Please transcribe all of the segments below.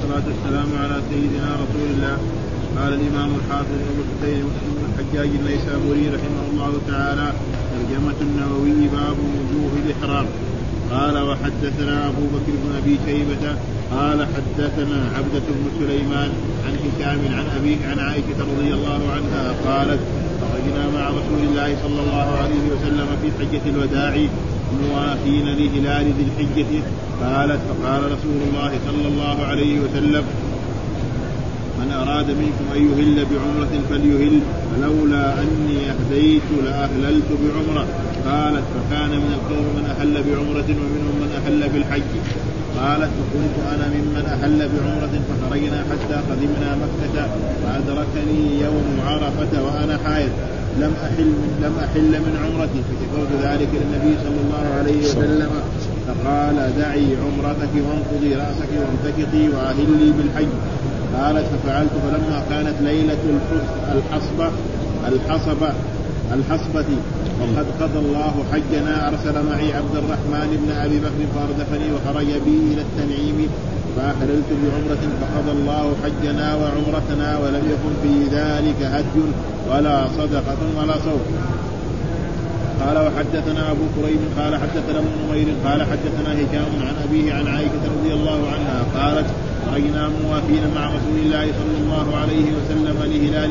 والصلاة والسلام على سيدنا رسول الله. قال الإمام الحافظ أبو الحسين مسلم بن الحجاج النيسابوري رحمه الله تعالى: ترجمة النووي باب وجوه الإحرام. قال: وحدثنا أبو بكر بن أبي شيبة قال حدثنا عبدة بن سليمان عن هشام عن أبيه عن عائشة رضي الله عنها قالت: خرجنا مع رسول الله صلى الله عليه وسلم في حجة الوداع موافين لهلال ذي الحجة. قالت: فقال رسول الله صلى الله عليه وسلم: من أراد منكم أن يهل بعمرة فليهل، فلولا أني أهديت لأهللت بعمرة. قالت: فكان من القوم من أهل بعمرة ومنهم من أهل بالحج. قالت: فكنت أنا ممن أهل بعمرة فخرجنا حتى قدمنا مكة فأدركني يوم عرفة وأنا حائض لم أحل من عمرتي، فشكوت ذلك للنبي صلى الله عليه وسلم فقال: دعي عمرتك وانقضي رأسك وامتكطي وأهلي بالحج. قالت: ففعلت، فلما كانت ليلة الحصبة وقد قضى الله حجنا أرسل معي عبد الرحمن بن أبي بكر فاردفني وخرج بي إلى التنعيم فأحللت بعمرة فقضى الله حجنا وعمرتنا ولم يكن في ذلك هدي ولا صدقة ولا صوم. قال: وحدثنا أبو كريم قال حدثنا ابن نمير قال حدثنا هشام عن أبيه عن عائشة رضي الله عنها قالت: خرجنا موافين مع رسول الله صلى الله عليه وسلم لهلال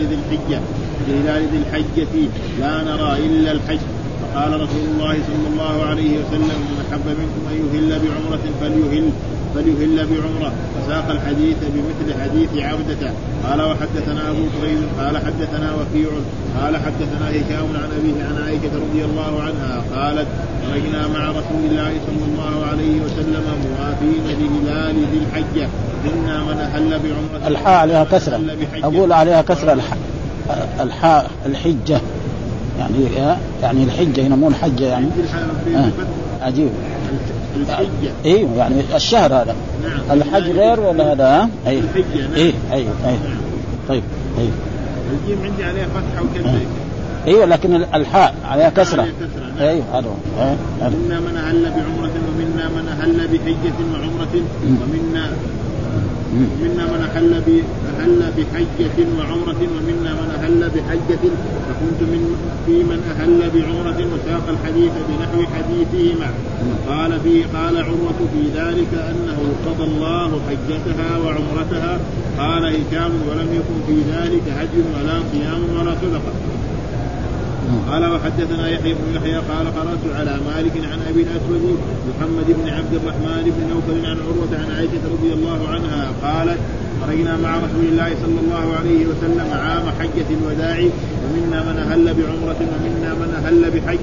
ذي الحجة لا نرى إلا الحج. فقال رسول الله صلى الله عليه وسلم: من أحب منكم أن يهل بعمرة فليهل بعمرة. فساق الحديث بمثل حديث عبدة. قال: وحدثنا أبو كريم قال حدثنا وكيع قال حدثنا هشام عن أبيه عن عائشة رضي الله عنها قالت: خرجنا مع رسول الله صلى الله عليه وسلم موافين لهلال ذي الحجة منا من أهل بعمرة. الحاء عليها كسرة، أقول عليها كسرة الحاء الحجة يعني الحجة هنا مو الحجة يعني عجيب الحجة. ايوه يعني الشهر هذا. نعم. الحج غير ولا هذا؟ اي ايوه طيب الجيم عندي عليها فتحة وكذا. ايوه لكن الحاء عليها كسرة. ايوه هذا منا من أهل بعمرة ومنا من أهل بحجة وعمرة ومنا من أهل بحجة وعمرة ومنا من أهل بحجة، فكنت في من أهل بعمرة. وساق الحديث بنحو حديثهما. قال عروة في ذلك أنه قضى الله حجتها وعمرتها. قال هشام: ولم يكن في ذلك هدي ولا صيام ولا صدقة. قال: وحدثنا يحيى بن يحيى قال: قرأت على مالك عن أبي الأسود محمد بن عبد الرحمن بن نوفل عن عروة عن عائشة رضي الله عنها قالت: خرجنا مع رسول الله صلى الله عليه وسلم عام حجة الوداع ومنا من أهل بعمرة ومنا من أهل بحج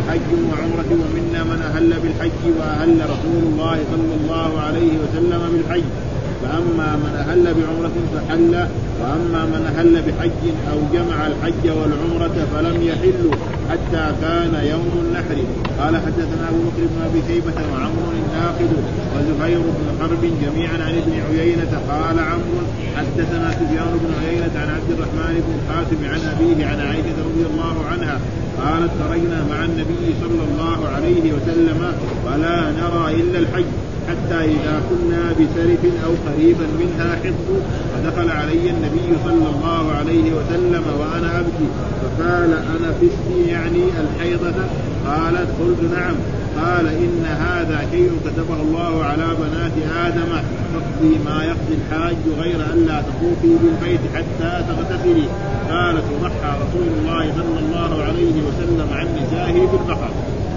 وعمرة ومنا من أهل بالحج وأهل رسول الله صلى الله عليه وسلم بالحج. فأما من أهل بعمرة فحل، وأما من أهل بحج أو جمع الحج والعمرة فلم يحلوا حتى كان يوم النحر. قال: حدثنا أبو بكر بن أبي شيبة وعمرو الناقد وزهير بن حرب جميعا عن ابن عيينة. قال عمرو: حدثنا سفيان بن عيينة عن عبد الرحمن بن القاسم عن أبيه عن عائشة رضي الله عنها قالت: خرجنا مع النبي صلى الله عليه وسلم ولا نرى إلا الحج، حتى إذا كنا بسرف أو قريبا منها حط، فدخل علي النبي صلى الله عليه وسلم وأنا أبكي فقال: أنا فستي يعني الحيضة؟ قالت: قلت: نعم. قال: إن هذا شيء كتبه الله على بنات آدم، تقضي ما يقضي الحاج غير أن لا تطوفي بالبيت حتى تغتسلي. قالت: وضحى رسول الله صلى الله عليه وسلم عن نسائه بالبقر.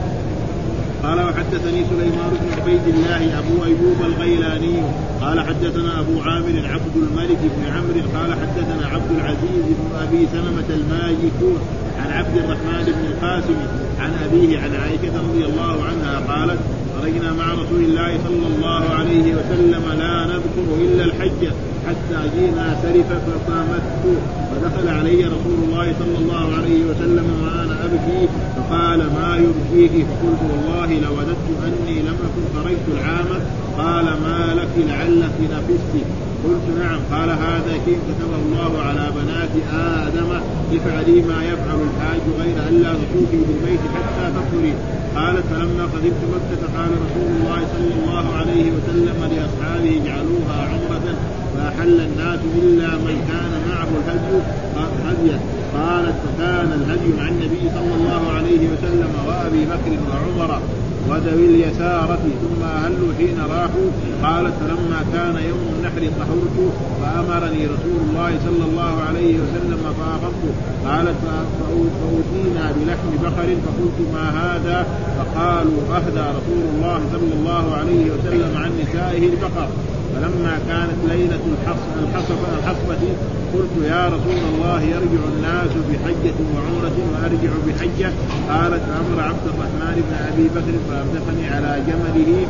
قال: وحدثني سليمان بن عبيد الله أبو أيوب الغيلاني قال حدثنا أبو عامر عبد الملك بن عمرو قال حدثنا عبد العزيز بن أبي سلمة الماجكون عن عبد الرحمن بن القاسم عن أبيه عن عائشة رضي الله عنها قالت: خرجنا مع رسول الله صلى الله عليه وسلم لا نذكر إلا الحج حتى جينا سرف فقامت، فدخل علي رسول الله صلى الله عليه وسلم وأنا أبكي فقال: ما يبكيك؟ فقلت: والله لوددت أني لم أكن خرجت العام. قال: ما لك لعلك نفست؟ قلت: نعم. قال: هذا شيء كتبه الله على بنات آدم، افعلي ما يفعل الحاج غير أن لا تطوفي بالبيت حتى تطهري. قالت: فلما قدمت مكة قال رسول الله صلى الله عليه وسلم لأصحابه: اجعلوها عمرة أحل الناس إلا من كان معه الهدي. قالت فكان الهدي مع النبي صلى الله عليه وسلم وأبي بكر وعمر وذوي اليسارة ثم أهلوا حين راحوا. قالت فلما كان يوم النحر طهرت فأمرني رسول الله صلى الله عليه وسلم فأخذت. قالت فأوتينا بلحم بقر فقلت ما هذا؟ فقالوا أهدى رسول الله صلى الله عليه وسلم عن نسائه البقر. فلما كانت ليلة الحصبة قلت يا رسول الله يرجع الناس بحجة وعمرة وأرجع بحجة. قالت فأمر عبد الرحمن بن أبي بكر فأردفني على جمله.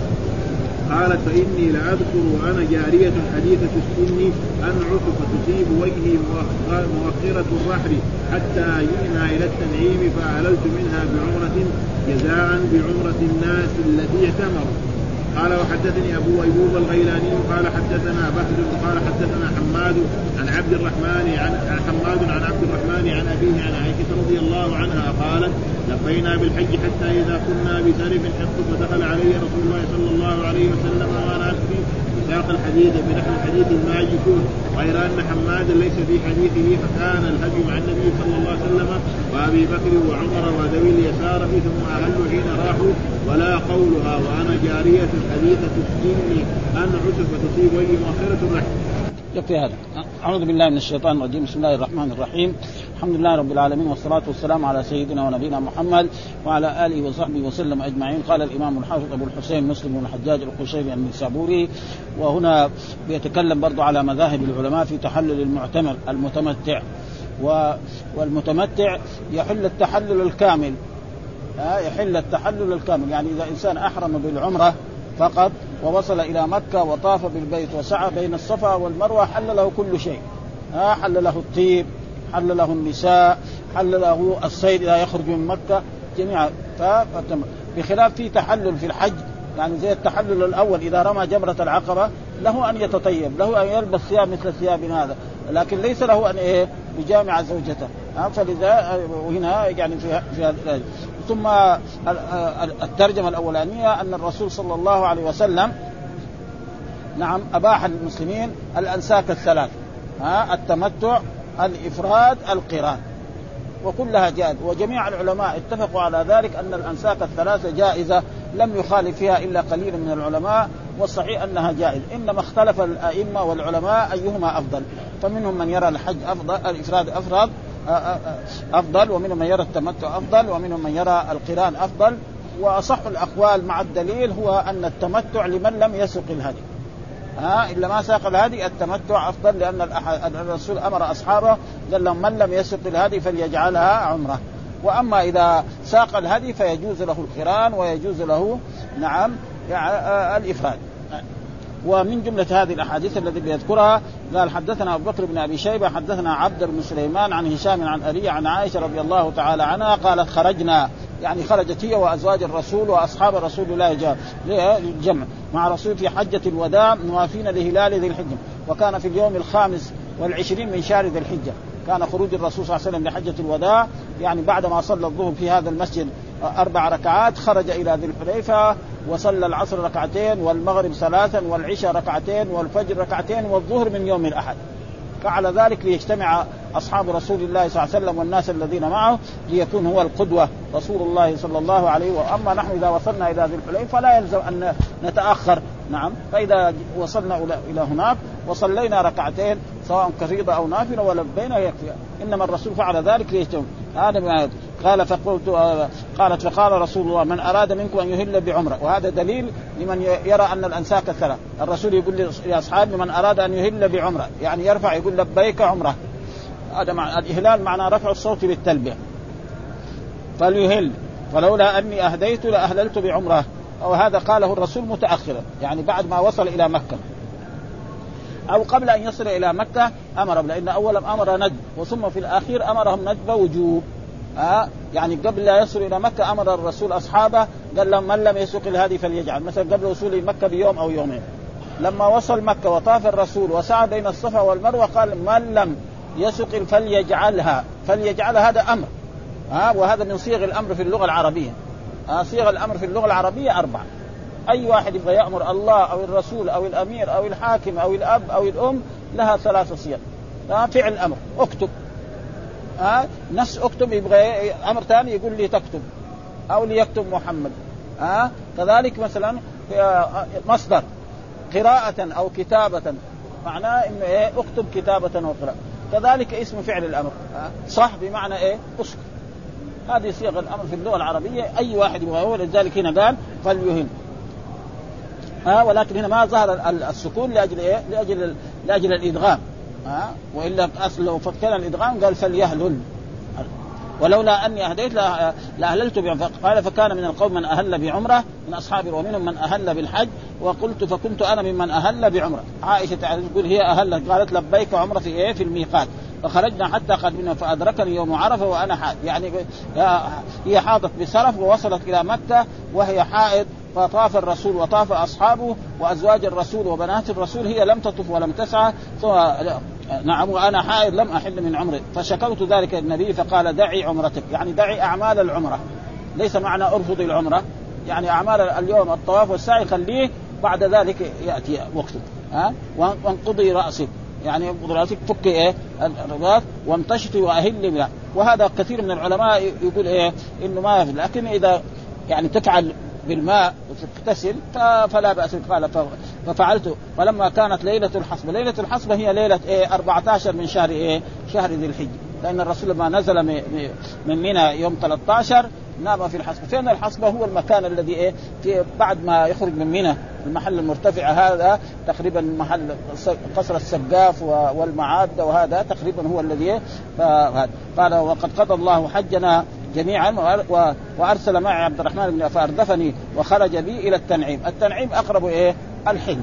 قالت فإني لأذكر وأنا جارية حديثة السن أنعف فتصيب وجهي مؤخرة الرحل حتى جئنا إلى التنعيم فأهللت منها بعمرة جزاء بعمرة الناس التي اعتمروا. قال وحدثني أبو أيوب الغيلاني قال حدثنا بهز قال حدثنا حماد عن عبد الرحمن عن أبيه عن عائشة رضي الله عنها قالت لبينا بالحج حتى إذا كنا بسرف حق فدخل علي رسول الله صلى الله عليه وسلم وأنا أسقي ساق الحديث بنحو حديث الماجكون غير أن حمادا ليس في حديثه. فكان الهدي مع النبي صلى الله عليه وسلم وأبي بكر وعمر وذوي اليسار ثم أهلوا حين راحوا ولا قولها وأنا جارية حديثة السن أنعس فتصيب وجهي مؤخرة الرحل. يكفي هذا. أعوذ بالله من الشيطان الرجيم. بسم الله الرحمن الرحيم. الحمد لله رب العالمين والصلاة والسلام على سيدنا ونبينا محمد وعلى آله وصحبه وسلم أجمعين. قال الإمام الحافظ أبو الحسين مسلم بن الحجاج القشيري النسابوري وهنا بيتكلم برضو على مذاهب العلماء في تحلل المتمتع. والمتمتع يحل التحلل الكامل يحل التحلل الكامل يعني إذا إنسان أحرم بالعمرة فقط ووصل إلى مكة وطاف بالبيت وسعى بين الصفا والمروة حل له كل شيء. حل له الطيب حل له النساء حل له الصيد إذا يخرج من مكة جميعا. بخلاف في تحلل في الحج يعني زي التحلل الأول إذا رمى جمرة العقبة له أن يتطيب له أن يلبس ثياب مثل ثياب هذا لكن ليس له أن يجامع زوجته. فلذا وهنا يعني في هذا. ثم الترجمة الأولانية أن الرسول صلى الله عليه وسلم نعم أباح للمسلمين الأنساك الثلاث التمتع الإفراد القران وكلها جائزة. وجميع العلماء اتفقوا على ذلك أن الأنساك الثلاثة جائزة لم يخالف فيها إلا قليل من العلماء والصحيح أنها جائزة. إنما اختلف الأئمة والعلماء أيهما أفضل فمنهم من يرى الحج أفضل الإفراد أفضل ومنهم من يرى التمتع أفضل ومنهم من يرى القران أفضل. وأصح الأقوال مع الدليل هو أن التمتع لمن لم يسق الهدي إلا ما ساق الهدي التمتع أفضل لأن الرسول أمر أصحابه قال لهم من لم يسق الهدي فليجعلها عمره. وأما إذا ساق الهدي فيجوز له القران ويجوز له نعم الإفراد. ومن جملة هذه الأحاديث التي بيذكرها قال حدثنا أبو بكر بن أبي شيبة حدثنا عبد بن سليمان عن هشام عن أبي عن عائشة رضي الله تعالى عنها قالت خرجنا يعني خرجت هي وأزواج الرسول وأصحاب رسول الله الجمع مع رسول في حجة الوداع موافين لهلال ذي الحجة وكان في اليوم 25 من شهر ذي الحجة. كان خروج الرسول صلى الله عليه وسلم لحجة الوداع يعني بعد ما صلى الظهر في هذا المسجد 4 ركعات خرج إلى ذي الحليفة وصلى العصر 2 والمغرب 3 والعشاء 2 والفجر 2 والظهر من يوم الأحد. فعلى ذلك ليجتمع أصحاب رسول الله صلى الله عليه وسلم والناس الذين معه ليكون هو القدوة رسول الله صلى الله عليه وسلم. وأما نحن إذا وصلنا إلى ذي الحليفة فلا يلزم أن نتأخر نعم. فإذا وصلنا إلى هناك وصلينا 2 سواء كفريضة أو نافلة ولبينا يكفي. إنما الرسول فعل ذلك ليجتمع. هذا قال قالت فقال رسول الله من أراد منكم أن يهل بعمرة. وهذا دليل لمن يرى أن الأنساك الثلاث. الرسول يقول لأصحابه من أراد أن يهل بعمرة يعني يرفع يقول لبيك عمرة. هذا الإهلال معنى رفع الصوت بالتلبية فليهل فلولا أني أهديت لأهللت بعمرة. أو هذا قاله الرسول متأخرا يعني بعد ما وصل إلى مكة أو قبل أن يصل إلى مكة أمرهم لأن أولا أمر ندب وثم في الأخير أمرهم ندب وجوب. يعني قبل لا يصل إلى مكة أمر الرسول أصحابه قال لهم من لم يسق الهدي فليجعل مثلا قبل وصول مكة بيوم أو يومين. لما وصل مكة وطاف الرسول وسعى بين الصفا والمروة قال من لم يسق فليجعلها هذا أمر وهذا من صيغ الأمر في اللغة العربية. صيغ الأمر في اللغة العربية 4 أي واحد يبغى يأمر الله أو الرسول أو الأمير أو الحاكم أو الأب أو الأم لها 3 صيغ. فعل الأمر اكتب، نفس اكتب، يبغى أمر ثاني يقول لي تكتب أو ليكتب محمد. كذلك مثلا مصدر قراءة أو كتابة، معناه إنه اكتب كتابة وقراءة. كذلك اسم فعل الأمر صح بمعنى اسكت. هذه صيغ الأمر في اللغة العربية أي واحد يبغى هو. لذلك هنا قال فليهم، ولكن هنا ما ظهر السكون لأجل الإدغام، وإلا أصل لو فكر الإدغام قال فليهلل، ولولا أني أهديت لأهللت قال فكان من القوم من أهل بعمرة من أصحابه ومنهم من أهل بالحج وقلت فكنت أنا ممن أهل بعمرة. عائشة تقول هي أهلت، قالت لبيك عمرة في الميقات، فخرجنا حتى قدمنا فأدركني يوم عرفة وأنا حائض. يعني هي حاضت بسرف ووصلت إلى مكة وهي حائض، فطاف الرسول وطاف أصحابه وأزواج الرسول وبنات الرسول، هي لم تطف ولم تسعى. نعم وأنا حائض لم أحل من عمري، فشكوت ذلك النبي فقال دعي عمرتك، يعني دعي أعمال العمرة، ليس معنى أرفض العمرة، يعني أعمال اليوم الطواف والسعي خليه بعد ذلك يأتي وقته. وانقضي رأسك، يعني رأسك فك الرباط وامتشطي وأهل بها. وهذا كثير من العلماء يقول إنه ما يفعل، لكن إذا يعني تفعل بالماء وتغتسل فلا بأس. قال ففعلت. فلما كانت ليلة الحصبة، ليلة الحصبة هي ليلة 14 من شهر ذي الحجة، لأن الرسول لما نزل من منى يوم 13 نام في الحصبة. فين الحصبة؟ هو المكان الذي في بعد ما يخرج من منى، المحل المرتفع هذا تقريبا محل قصر السقاف والمعاد، وهذا تقريبا هو الذي قال وقد قضى الله حجنا جميعا وأرسل معي عبد الرحمن بن فأردفني وخرج بي إلى التنعيم. التنعيم أقرب الحل.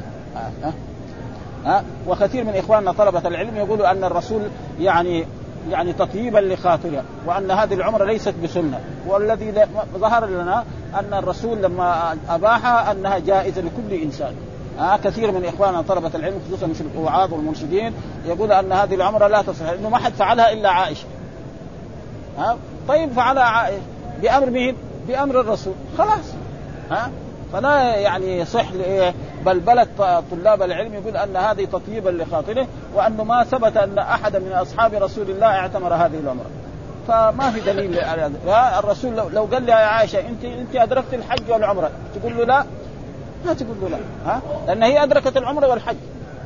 وكثير من إخواننا طلبة العلم يقولوا أن الرسول يعني تطييبا لخاطره، وأن هذه العمرة ليست بسنة، والذي ظهر لنا أن الرسول لما أباحها أنها جائزة لكل إنسان. كثير من إخواننا طلبة العلم خصوصا في الوعاظ والمرشدين يقول أن هذه العمرة لا تصح، إنه ما حد فعلها إلا عائشة. طيب فعلها عائشة بأمر مين؟ بأمر الرسول، خلاص. فلا يعني يصح بلبلة طلاب العلم يقول أن هذه تطييبا لخاطره، وأنه ما ثبت أن أحد من أصحاب رسول الله اعتمر هذه العمرة، فما في دليل. الرسول لو قال لي يا عائشة أنت أدركت الحج والعمرة، تقول له لا؟ ما تقول له لا، لأن هي أدركت العمرة والحج.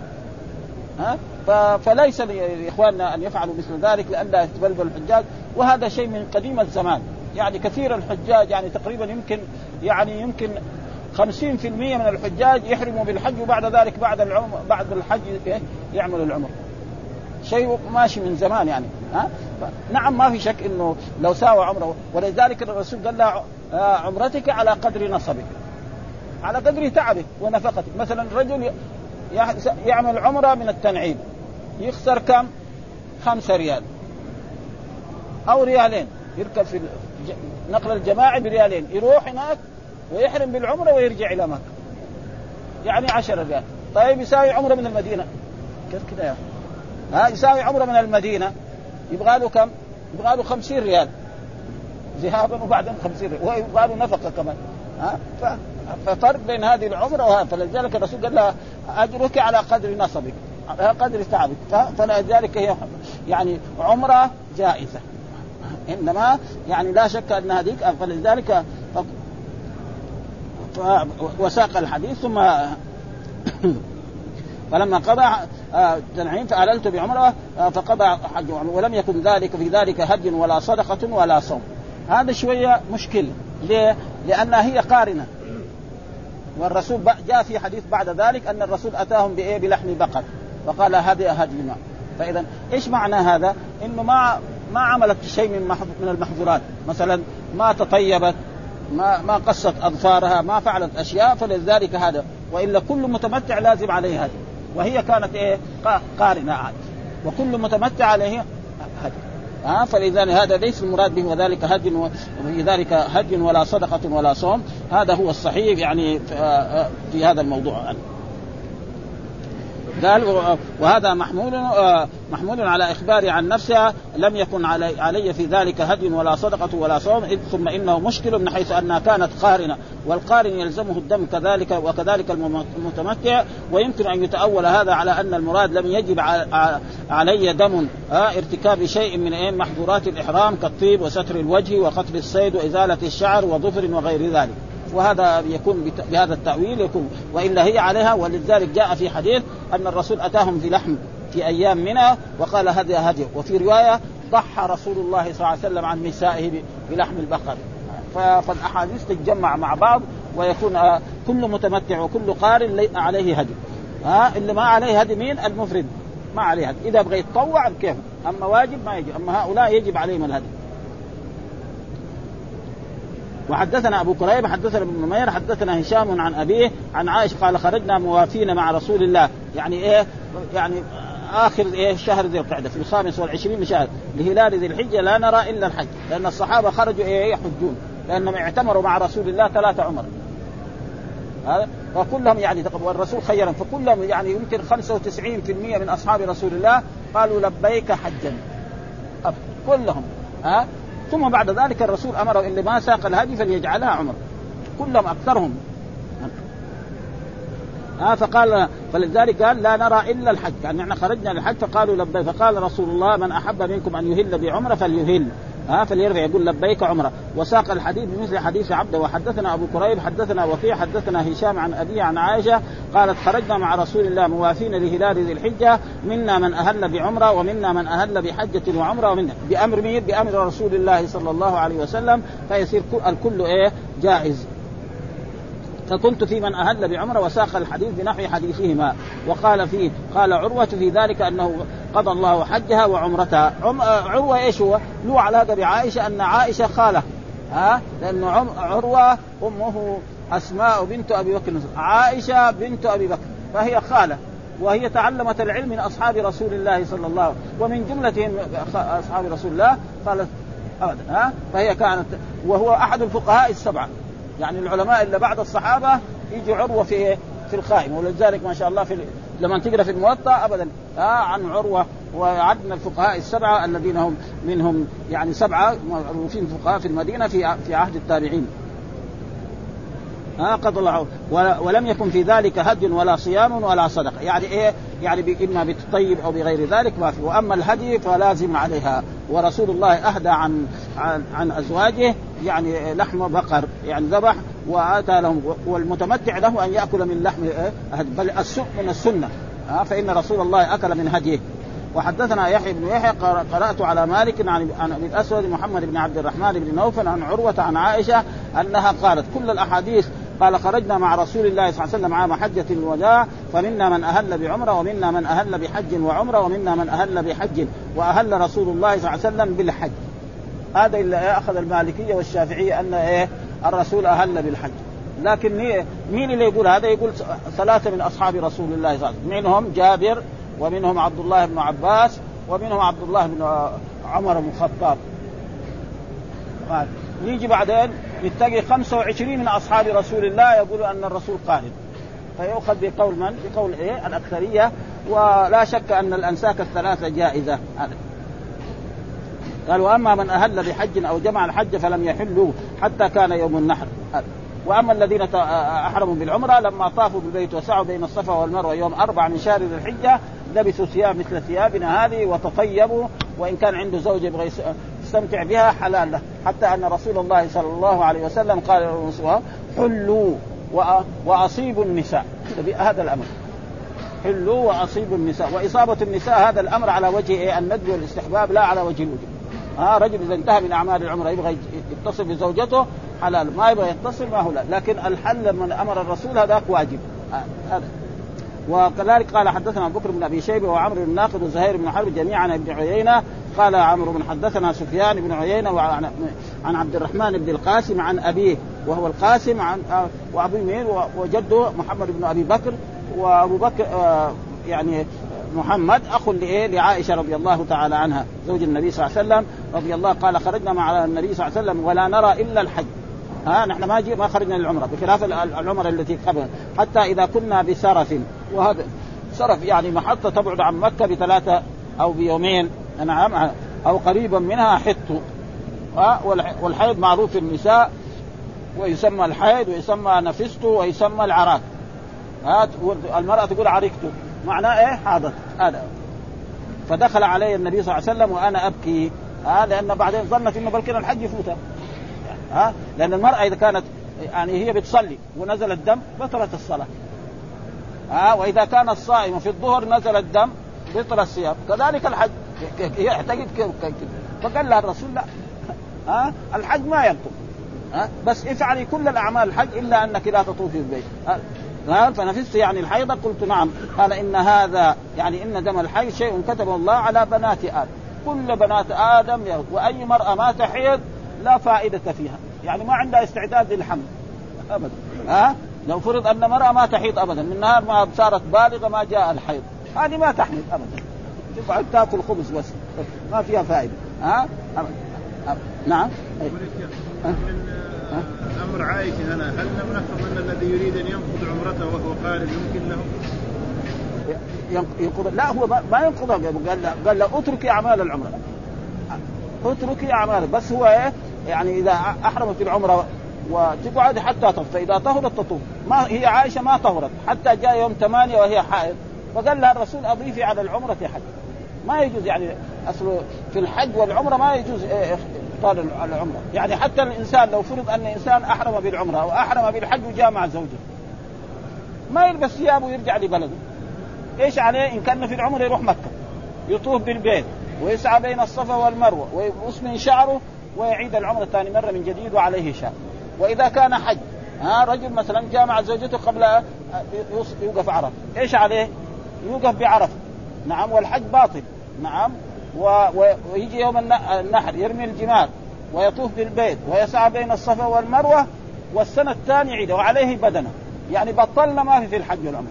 فليس لإخواننا أن يفعلوا مثل ذلك لأن لا يتبلبل الحجاج، وهذا شيء من قديم الزمان. يعني كثير الحجاج يعني تقريبا يمكن 50% من الحجاج يحرموا بالحج، وبعد ذلك بعد الحج يعملوا العمر. شيء ماشي من زمان يعني. نعم ما في شك إنه لو ساوى عمره، ولذلك الرسول قال له عمرتك على قدر نصبك، على قدر تعبك ونفقتك. مثلا رجل يعمل عمرة من التنعيم يخسر كم؟ 5 ريال أو ريالين، يركب في نقل الجماعي بريالين، يروح هناك ويحرم بالعمرة ويرجع إلى مكة، يعني 10 ريال. طيب يساوي عمرة من المدينة كيف كده يساوي عمرة من المدينة يبغى له كم؟ يبغى له 50 ريال ذهابا وبعدين 50 ريال، ويبغى له نفقة كمان. ففرق بين هذه العمرة وهذا. فلذلك الرسول قال لها أجرك على قدر نصبك، على قدر تعبك. فلذلك هي يعني عمرة جائزة، إنما يعني لا شك أن هذه. فلذلك وساق الحديث ثم فلما قضى تنعيم فأهللت بعمرة فقضى حج، ولم يكن ذلك في ذلك هدي ولا صدقة ولا صوم. هذا شوية مشكل. ليه؟ لأنها هي قارنة، والرسول جاء في حديث بعد ذلك أن الرسول أتاهم بلحم بقر فقال هذه هدينا. فإذا إيش معنى هذا؟ إنه ما عملت شيء من المحظورات، مثلا ما تطيبت، ما قصت أظفارها، ما فعلت أشياء، فلذلك هذا. وإلا كل متمتع لازم عليه هدي، وهي كانت قارنة عاد، وكل متمتع عليه هدي. فلذلك هذا ليس المراد به وذلك هدي، وفي ذلك هدي ولا صدقة ولا صوم. هذا هو الصحيح يعني في هذا الموضوع. قال وهذا محمول على إخباري عن نفسها لم يكن علي في ذلك هدي ولا صدقة ولا صوم، ثم إنه مشكل من حيث أنها كانت قارنة، والقارن يلزمه الدم كذلك وكذلك المتمتع، ويمكن أن يتأول هذا على أن المراد لم يجب علي دم ارتكاب شيء من محظورات الإحرام كالطيب وستر الوجه وقتل الصيد وإزالة الشعر وظفر وغير ذلك، وهذا يكون بهذا التأويل يكون، وإلا هي عليها. ولذلك جاء في حديث أن الرسول أتاهم في لحم في أيام منى وقال هدي، وفي رواية ضحى رسول الله صلى الله عليه وسلم عن نسائه بلحم البقر. فالأحاديث تتجمع مع بعض ويكون كل متمتع وكل قارن عليه هدي. اللي ما عليه هدي مين؟ المفرد ما عليه هدي، إذا بغى يتطوع كيف، أما واجب ما يجب، أما هؤلاء يجب عليهم الهدي. وحدثنا أبو كريب حدثنا ابن نمير حدثنا هشام عن أبيه عن عائشة قال خرجنا موافين مع رسول الله، يعني يعني آخر شهر ذي القعدة في 25 شهر لهلال ذي الحجة لا نرى إلا الحج، لأن الصحابة خرجوا يحجون لأنهم اعتمروا مع رسول الله 3 عمر، وكلهم يعني والرسول خيرا، فكلهم يعني يمكن 95% من أصحاب رسول الله قالوا لبيك حجا كلهم. ثم بعد ذلك الرسول أمره اللي ما ساق الهدي فليجعلها عمر، كلهم أكثرهم. فقال فلذلك قال لا نرى إلا الحج، يعني نحن خرجنا للحج فقالوا لبيك، فقال رسول الله من أحب منكم أن يهل بعمرة فليهل فليرفع يقول لبيك عمرة. وساق الحديث بمثل حديث عبده. وحدثنا أبو كريب حدثنا وكيع حدثنا هشام عن أبي عن عائشة قالت خرجنا مع رسول الله موافين لهلال ذي الحجة، منا من أهل بعمرة ومنا من أهل بحجة وعمرة، ومنا بأمر مين؟ بأمر رسول الله صلى الله عليه وسلم، فيصير الكل جائز. فكنت في من أهل بعمرة، وساق الحديث بنحو حديثهما. وقال فيه قال عروة في ذلك أنه قضى الله حجها وعمرتها. عروة إيش هو؟ له علاقة بعائشة، أن عائشة خالة، لأن عروة أمه أسماء بنت أبي بكر، عائشة بنت أبي بكر، فهي خالة، وهي تعلمت العلم من أصحاب رسول الله صلى الله عليه وسلم، ومن جملتهم أصحاب رسول الله قالت أبدا. فهي كانت، وهو أحد الفقهاء السبعة، يعني العلماء اللي بعد الصحابة يجي عروة في القائمة. ولذلك ما شاء الله لما تقرأ في الموطأ أبدا عن عروة، وعدنا الفقهاء السبعة الذين هم منهم يعني 7 معروفين فقهاء في المدينة في عهد التابعين. قد الله ولم يكن في ذلك هدي ولا صيام ولا صدقة، يعني يعني إما بالطيب أو بغير ذلك ما في. وأما الهدي فلازم عليها، ورسول الله أهدى عن أزواجه يعني لحم بقر، يعني ذبح وآتى لهم، والمتمتع له أن يأكل من لحم بل من السنة، فإن رسول الله أكل من هديه. وحدثنا يحيى بن يحيى قرأت على مالك عن أبي الأسود محمد بن عبد الرحمن بن نوفل عن عروة عن عائشة أنها قالت كل الأحاديث قال خرجنا مع رسول الله صلى الله عليه وسلم عام حجة الوداع، فمنا من أهل بعمرة ومنا من أهل بحج وعمرة ومنا من أهل بحج، وأهل رسول الله صلى الله عليه وسلم بالحج. هذا اللي أخذ المالكية والشافعية أن الرسول أهل بالحج. لكن مين اللي يقول هذا؟ يقول 3 من أصحاب رسول الله صلى الله عليه وسلم، منهم جابر ومنهم عبد الله بن عباس ومنهم عبد الله بن عمر بن الخطاب. يجي بعدين يتقي 25 من أصحاب رسول الله يقولوا أن الرسول قارن، فيأخذ بقول من؟ بقول الأكثرية. ولا شك أن الأنساك ال3 جائزة. قال وأما من أهل بحج أو جمع الحج فلم يحلوا حتى كان يوم النحر. وأما الذين أحرموا بالعمرة لما طافوا بالبيت وسعوا بين الصفا والمروة يوم 4 من شهر ذي الحجة لبسوا ثياب مثل ثيابنا هذه وتطيبوا، وإن كان عنده زوجة يبغى يستمتع بها حلال له، حتى أن رسول الله صلى الله عليه وسلم قال للنسوة حلوا وأصيبوا النساء. هذا الأمر حلوا وأصيبوا النساء، وإصابة النساء هذا الأمر على وجه الندب والاستحباب لا على وجه الوجوب. رجل إذا انتهى من أعمال العمرة يبغى يتصل بزوجته حلال، ما يبغى يتصل ما هو لا، لكن الحل من أمر الرسول هذا واجب. هذا. وكذلك قال حدثنا بكر بن أبي شيبة وعمرو بن ناقد وزهير بن حرب جميعا عن ابن عيينة. قال عمرو بن حدثنا سفيان بن عيينة عن عبد الرحمن بن القاسم عن أبيه وهو القاسم عن وأبي مين وجده محمد بن أبي بكر، وأبو بكر يعني محمد أخ لعائشة رضي الله تعالى عنها زوج النبي صلى الله عليه وسلم رضي الله. قال خرجنا مع النبي صلى الله عليه وسلم ولا نرى إلا الحج. نحن ما خرجنا للعمرة بخلاف العمرة التي قبل، حتى إذا كنا بسرف، وهذا صرف يعني محطة تبعد عن مكة ب3 أو بيومين نعم أو قريبا منها حط. والحيض معروف في النساء ويسمى الحيض ويسمى نفسته ويسمى العراك. المرأة تقول عريكته معناه إيه حاضر هذا. فدخل علي النبي صلى الله عليه وسلم وأنا أبكي لأن بعدين ظنت إنه بلكن الحج يفوتها لأن المرأة إذا كانت يعني هي بتصلي ونزل الدم بطلت الصلاة وإذا كان الصائم في الظهر نزل الدم بطل الصيام كذلك الحج يحتاج كيف. فقال لها الرسول لا الحج ما يبطل بس افعلي كل الأعمال الحج إلا أنك لا تطوفي البيت. فنفست يعني الحيضة قلت نعم. قال إن هذا يعني إن دم الحيض شيء كتبه الله على بنات آدم كل بنات آدم وأي مرأة ما تحيض لا فائدة فيها يعني ما عندها استعداد للحمل أبدا. لو فرض أن مرأة ما تحيض أبدا من نهار ما صارت بالغة ما جاء الحيض هذه ما تحمل أبدا تقعد تأكل خبز بس ما فيها فائدة نعم. أمر عائشة هنا هل لم نفهم أن الذي يريد أن ينقض عمرته وهو قارن يمكن له ينقض؟ لا هو ما ينقضها قال لا اتركي أعمال العمرة اتركي أعمال بس هو إيه يعني إذا أحرمت العمرة وتقعد حتى تطهر فإذا طهرت تطوف. ما هي عائشة ما طهرت حتى جاء يوم 8 وهي حائض فقال لها الرسول أضيفي على العمرة حج. ما يجوز يعني أصله في الحج والعمرة ما يجوز إبطال العمرة يعني حتى الإنسان لو فرض أن إنسان أحرم بالعمرة أو أحرم بالحج وجاء مع زوجه ما يلبس ثيابه ويرجع لبلده إيش عليه؟ إن كان في العمرة يروح مكة يطوف بالبيت ويسعى بين الصفا والمروة ويقص من شعره ويعيد العمرة ثاني مرة من جديد وعليه شعر. وإذا كان حج رجل مثلا جاء مع زوجته قبل يوقف عرفة إيش عليه؟ يوقف بعرفة نعم والحج باطل نعم ويجي يوم النحر يرمي الجمار ويطوف بالبيت ويسعى بين الصفا والمروة والسنة الثانية عيده وعليه بدنه يعني بطلنا ما في الحج والعمرة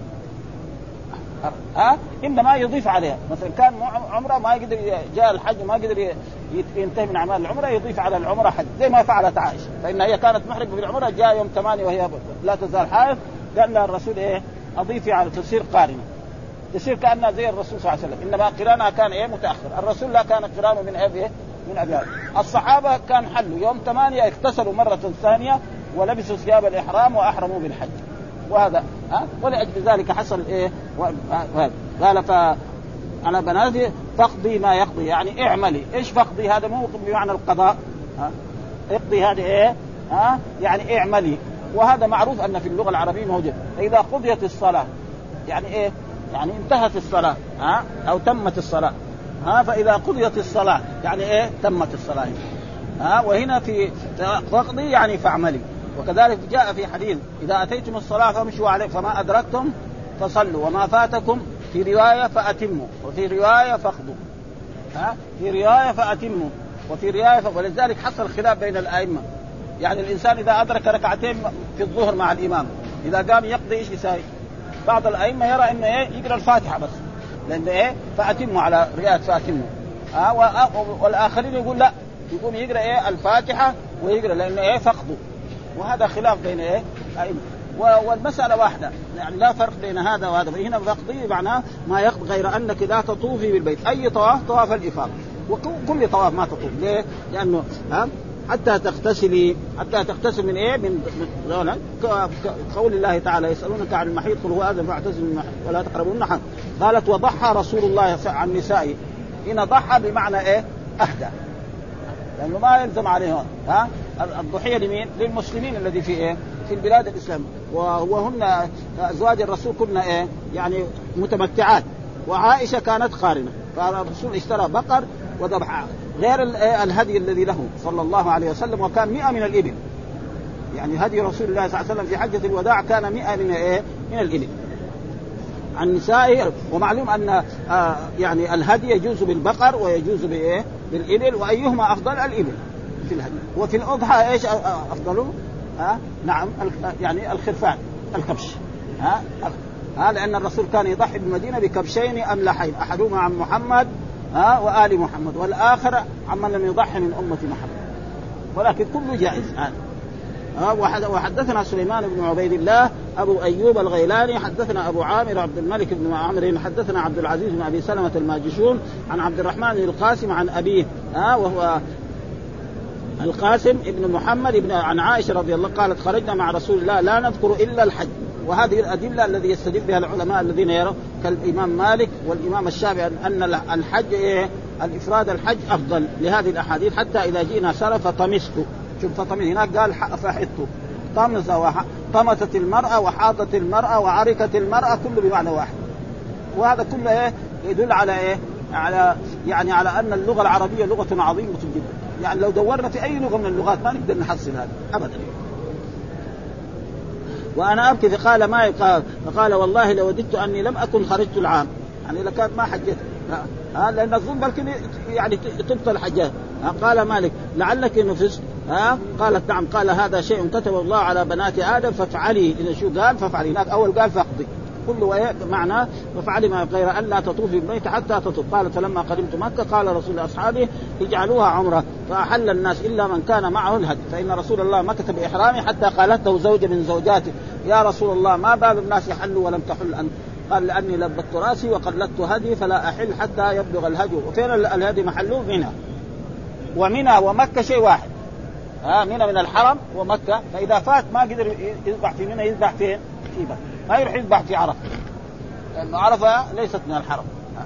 إنما يضيف عليها مثلا كان عمره ما يقدر جاء الحج ما يقدر ينتهي من أعمال العمرة يضيف على العمرة حج زي ما فعلت عائشة فإن هي كانت محرمة في العمرة جاء يوم 8 وهي لا تزال حائض قال لها الرسول إيه أضيفي على تصير قارنة تصير كأنها زي الرسول صلى الله عليه وسلم إنما قرانها كان إيه متأخر. الرسول لا كان قرانه من إيه من أبيات. الصحابة كان حلوا يوم 8 اغتسلوا مرة ثانية ولبسوا ثياب الإحرام وأحرموا بالحج وهذا ولأجل ذلك حصل إيه قال فعلى بناتي فاقضي ما يقضي يعني اعملي. إيش فاقضي؟ هذا مو بمعنى القضاء اقضي هذه إيه يعني اعملي. وهذا معروف أن في اللغة العربية موجود. فإذا قضيت الصلاة يعني إيه يعني انتهت الصلاة أو تمت الصلاة فإذا قضيت الصلاة يعني إيه تمت الصلاة وهنا في فاقضي يعني فاعملي. وكذلك جاء في حديث إذا أتيتم الصلاة فامشوا عليه فما أدركتم فصلوا وما فاتكم في رواية فأتموا وفي رواية فاقضوا في رواية فأتموا وفي رواية ولذلك حصل خلاف بين الأئمة يعني الإنسان إذا أدرك ركعتين في الظهر مع الإمام إذا قام يقضي إيش يساوي؟ بعض الأئمة يرى إنه إيه يقرأ الفاتحة بس لأنه إيه فأتموا على رواية فأتموا والآخرين يقول لا يقول يقرأ إيه الفاتحة ويقرأ لأنه إيه فاقضوا. وهذا خلاف بين إيه أئمة والمسألة واحدة يعني لا فرق بين هذا وهذا. هنا فاقضي معناه ما يقضي غير أنك لا تطوفي بالبيت أي طواف الإفاضة وكل طواف ما تطوف ليه؟ لأنه حتى تغتسل من إيه من قول الله تعالى يسألونك عن المحيط قل هو أذن فاعتزلوا المحيط ولا تقربوا النحر. قالت وضحى رسول الله عن نسائه. هنا ضحى بمعنى إيه أهدى لأنه ما يلزم عليه الضحية لمين؟ للمسلمين الذي في إيه في البلاد الإسلامية وهن أزواج الرسول كنا إيه يعني متمتعات وعائشة كانت قارنة فالرسول اشترى بقر وذبح غير الهدي الذي له صلى الله عليه وسلم وكان 100 من الإبل يعني هدي رسول الله صلى الله عليه وسلم في حجة الوداع كان 100 من الإبل عن نسائه. ومعلوم أن يعني الهدي يجوز بالبقر ويجوز بالإبل وأيهما أفضل الإبل في الهدي. وفي الأضحى إيش أفضله نعم يعني الخرفان الكبش لأن الرسول كان يضحي بالمدينة بكبشين أملحين أحدهما عن محمد وآل محمد والآخر عمن لم يضحي من أمة محمد ولكن كله جائز وحدثنا سليمان بن عبيد الله أبو أيوب الغيلاني حدثنا أبو عامر عبد الملك بن عمرو حدثنا عبد العزيز بن أبي سلمة الماجشون عن عبد الرحمن القاسم عن أبيه وهو القاسم ابن محمد ابن عن عائشة رضي الله قالت خرجنا مع رسول الله لا نذكر إلا الحج. وهذه الأدلة الذي يستدل بها العلماء الذين يروا كالإمام مالك والإمام الشافعي أن الحج الإفراد الحج أفضل لهذه الأحاديث. حتى إذا جينا سر فطمست، شوف فطمست هناك قال فحدت، طمس طمست المرأة وحاضت المرأة وعركت المرأة كله بمعنى واحد. وهذا كله يدل على على أن اللغة العربية لغة عظيمة جدا. يعني لو دورنا في أي لغة من اللغات ما نقدر نحصل هذا أبدا. وأنا أبكي فقال ما يقال، فقال والله لو وددت أني لم أكن خرجت العام، يعني لكان ما حجت لأن الظن بلكن يعني تبطل الحجات. قال مالك لعلك نفست قالت نعم. قال هذا شيء كتب الله على بنات آدم فافعلي. إذا شو قال فافعلي، هناك أول قال فاقضي كل معناه وفعلي ما غير أن لا تطوفي بالبيت حتى تطوف. قالت فلما قدمت مكة قال رسول أصحابه اجعلوها عمرة فأحل الناس إلا من كان معه الهدي، فإن رسول الله مكث بإحرامه حتى قالته زوجة من زوجاته يا رسول الله ما بال الناس يحلوا ولم تحل أنت؟ قال لأني لبت راسي وقلدت هدي فلا أحل حتى يبلغ الهدي. وفين الهدي محلوه؟ منى، ومنى ومكة شيء واحد. منى من الحرم ومكة، فإذا فات ما قدر يذبح في منى يذبح فين؟ في مكة، ما يروح يذبح في عرفة لأن عرفة ليست من الحرم.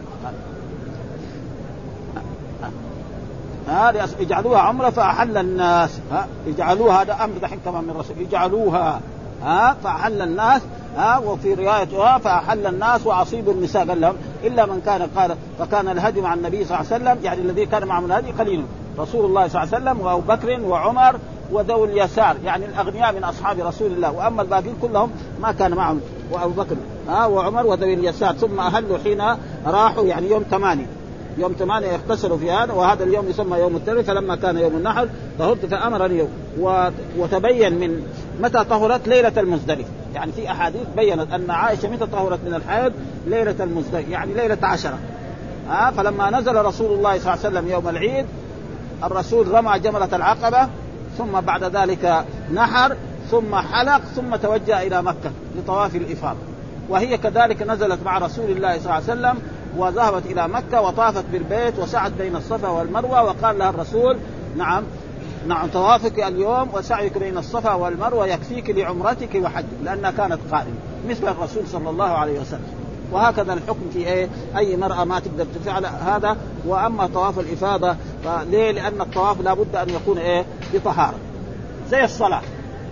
اجعلوها عمرة فأحل الناس. اجعلوها هذا أمر دحين كمان من الرسول، اجعلوها فأحل الناس. وفي روايتها فأحل الناس وأصيبوا النساء قال لهم إلا من كان قال فكان الهدي مع النبي صلى الله عليه وسلم، يعني الذي كان معهم الهدي قليل، رسول الله صلى الله عليه وسلم وأبو بكر وعمر وذوي اليسار، يعني الأغنياء من أصحاب رسول الله، وأما الباقين كلهم ما كان معهم، وأبو بكر وعمر وذوي اليسار. ثم أهلوا حين راحوا يعني يوم 8 يغتسلوا في هذا، وهذا اليوم يسمى يوم التروية. فلما كان يوم النحر طهرت فأمرني وتبين من متى طهرت ليلة المزدلفة. يعني في أحاديث بيّنت أن عائشة متى طهرت من الحيض ليلة المزدلفة، يعني ليلة 10. فلما نزل رسول الله صلى الله عليه وسلم يوم العيد الرسول رمى جمرة العقبة، ثم بعد ذلك نحر، ثم حلق، ثم توجه إلى مكة لطواف الإفاضة. وهي كذلك نزلت مع رسول الله صلى الله عليه وسلم وذهبت إلى مكة وطافت بالبيت وسعت بين الصفا والمروة. وقال لها الرسول نعم طوافك اليوم وسعيك بين الصفا والمروة يكفيك لعمرتك وحجك، لأنها كانت قائمة مثل الرسول صلى الله عليه وسلم. وهكذا الحكم في أي مرأة ما تقدر تفعل هذا. وأما طواف الإفاضة فليه؟ لأن الطواف لا بد أن يكون بطهارة زي الصلاة،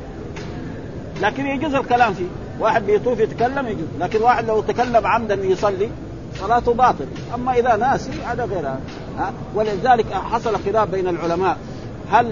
لكن يجوز الكلام فيه. واحد بيطوف يتكلم يجوز، لكن واحد لو تكلم عمدا يصلي صلاته باطل. أما إذا ناسي هذا غيرها. ولذلك حصل خلاف بين العلماء، هل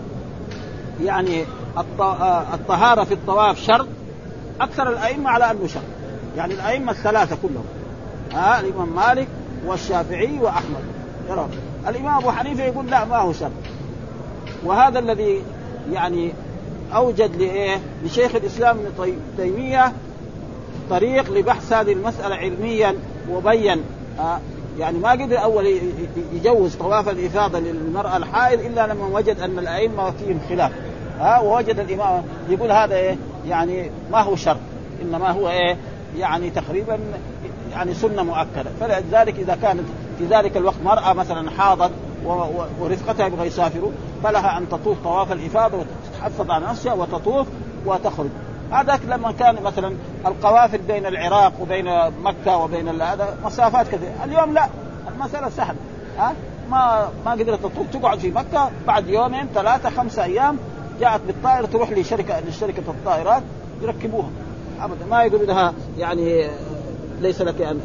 يعني الطهارة في الطواف شرط؟ أكثر الأئمة على أنه شرط، يعني الأئمة الثلاثة كلهم الإمام مالك والشافعي وأحمد يرى. الإمام أبو حنيفة يقول لا ما هو شرط. وهذا الذي يعني أوجد لشيخ الإسلام ابن تيمية طريق لبحث هذه المسألة علميا، وبين يعني ما قدر أول يجوز طواف الإفاضة للمرأة الحائض إلا لما وجد أن الأئمة فيهم خلاف. ووجد الإمام يقول هذا يعني ما هو شرط، إنما هو يعني تقريبا يعني سنة مؤكدة. فلذلك إذا كانت في ذلك الوقت مرأة مثلا حاضت ورفقتها يبغى يسافروا فلها أن تطوف طواف الإفاضة وتتحفظ على نفسها وتطوف وتخرج. هذاك لما كان مثلا القوافل بين العراق وبين مكة وبين هذا مسافات كثيرة. اليوم لا، المسألة سهل. ما قدرت تطوف تقعد في مكة، بعد يومين 3 5 أيام جاءت بالطائرة تروح لشركة الطائرات يركبوها أبدا، ما يقول لها يعني ليس لك أن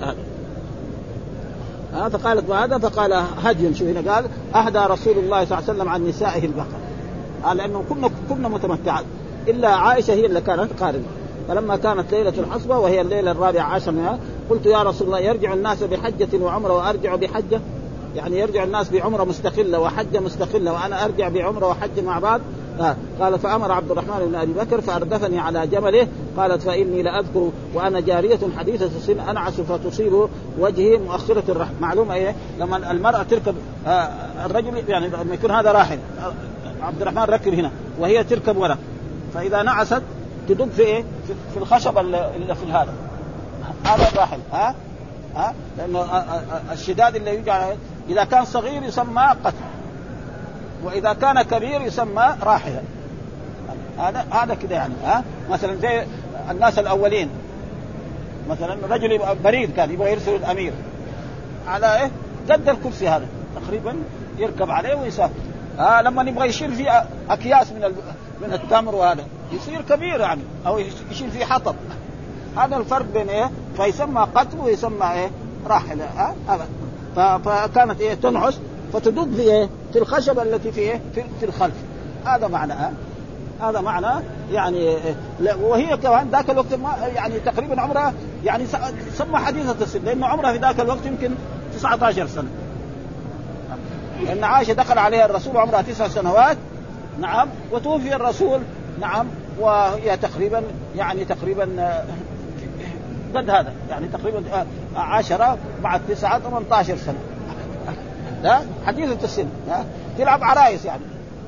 هذا. فقالت وهذا فقال هدي. شو هنا قال أهدى رسول الله صلى الله عليه وسلم عن نسائه البقر، لأنه كنا متمتعات إلا عائشة هي اللي كانت قارنة. فلما كانت ليلة الحصبة وهي الليلة 14 منها قلت يا رسول الله يرجع الناس بحجة وعمرة وأرجع بحجة، يعني يرجع الناس بعمرة مستقلة وحجة مستقلة وأنا أرجع بعمرة وحجة مع بعض. قال فأمر عبد الرحمن بن أبي بكر فأردفني على جمله. قالت فإني لأذكر وأنا جارية حديثة السن أنعس فتصيب وجهي مؤخرة الرحم. معلومة لما المرأة تركب الرجل يعني لما يكون هذا راحل عبد الرحمن ركب هنا وهي تركب ورا، فإذا نعست تدق في إيه في الخشب اللي في هذا الراحل لأنه الشداد اللي يجعل إذا كان صغير يسمى قتل، وإذا كان كبير يسمى راحلة. هذا كده يعني مثلا زي الناس الأولين، مثلا رجل بريد كان يبغى يرسل الأمير على إيه قد الكرسي هذا تقريبا يركب عليه ويسافر. لما نبغى يشيل فيه أكياس من التمر وهذا يصير كبير يعني، أو يشيل فيه حطب. هذا الفرق بين إيه فيسمى قتل ويسمى إيه راحلة. فكانت إيه تنعس فتدق في إيه في الخشبة التي في إيه في الخلف. هذا معنى هذا معنى يعني. وهي كمان ذاك الوقت يعني تقريبا عمرها يعني سمى حديثة السن، لأنه عمرها في ذاك الوقت يمكن 19 سنة، لأن عائشة دخل عليها الرسول عمرها 9 سنوات نعم، وتوفي الرسول نعم وهي تقريبا قد هذا يعني تقريبا 10 بعد 9 18 سنة. لا حديثة السن تلعب عرايس يعني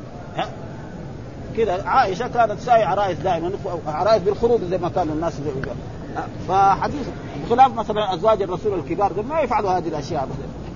كده. عائشة كانت ساي عرايس دائما، عرايس بالخروج زي ما كانوا الناس يقولون. فحديث بخلاف مثلا أزواج الرسول الكبار ما يفعلوا هذه الأشياء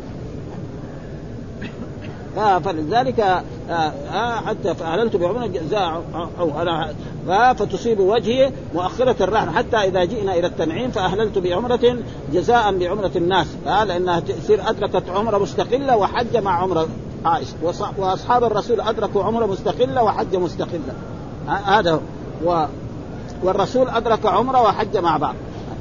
فلذلك حتى فأهللت بعمرة جزاء فتصيب وجهي مؤخرة الرحل حتى إذا جئنا إلى التنعيم فأهللت بعمرة جزاء بعمرة الناس لأنها تصير أدركت عمرة مستقلة وحج مع عمرة عائشة، وأصحاب الرسول أدركوا عمرة مستقلة وحج مستقلة. هذا والرسول أدرك عمرة وحج مع بعض.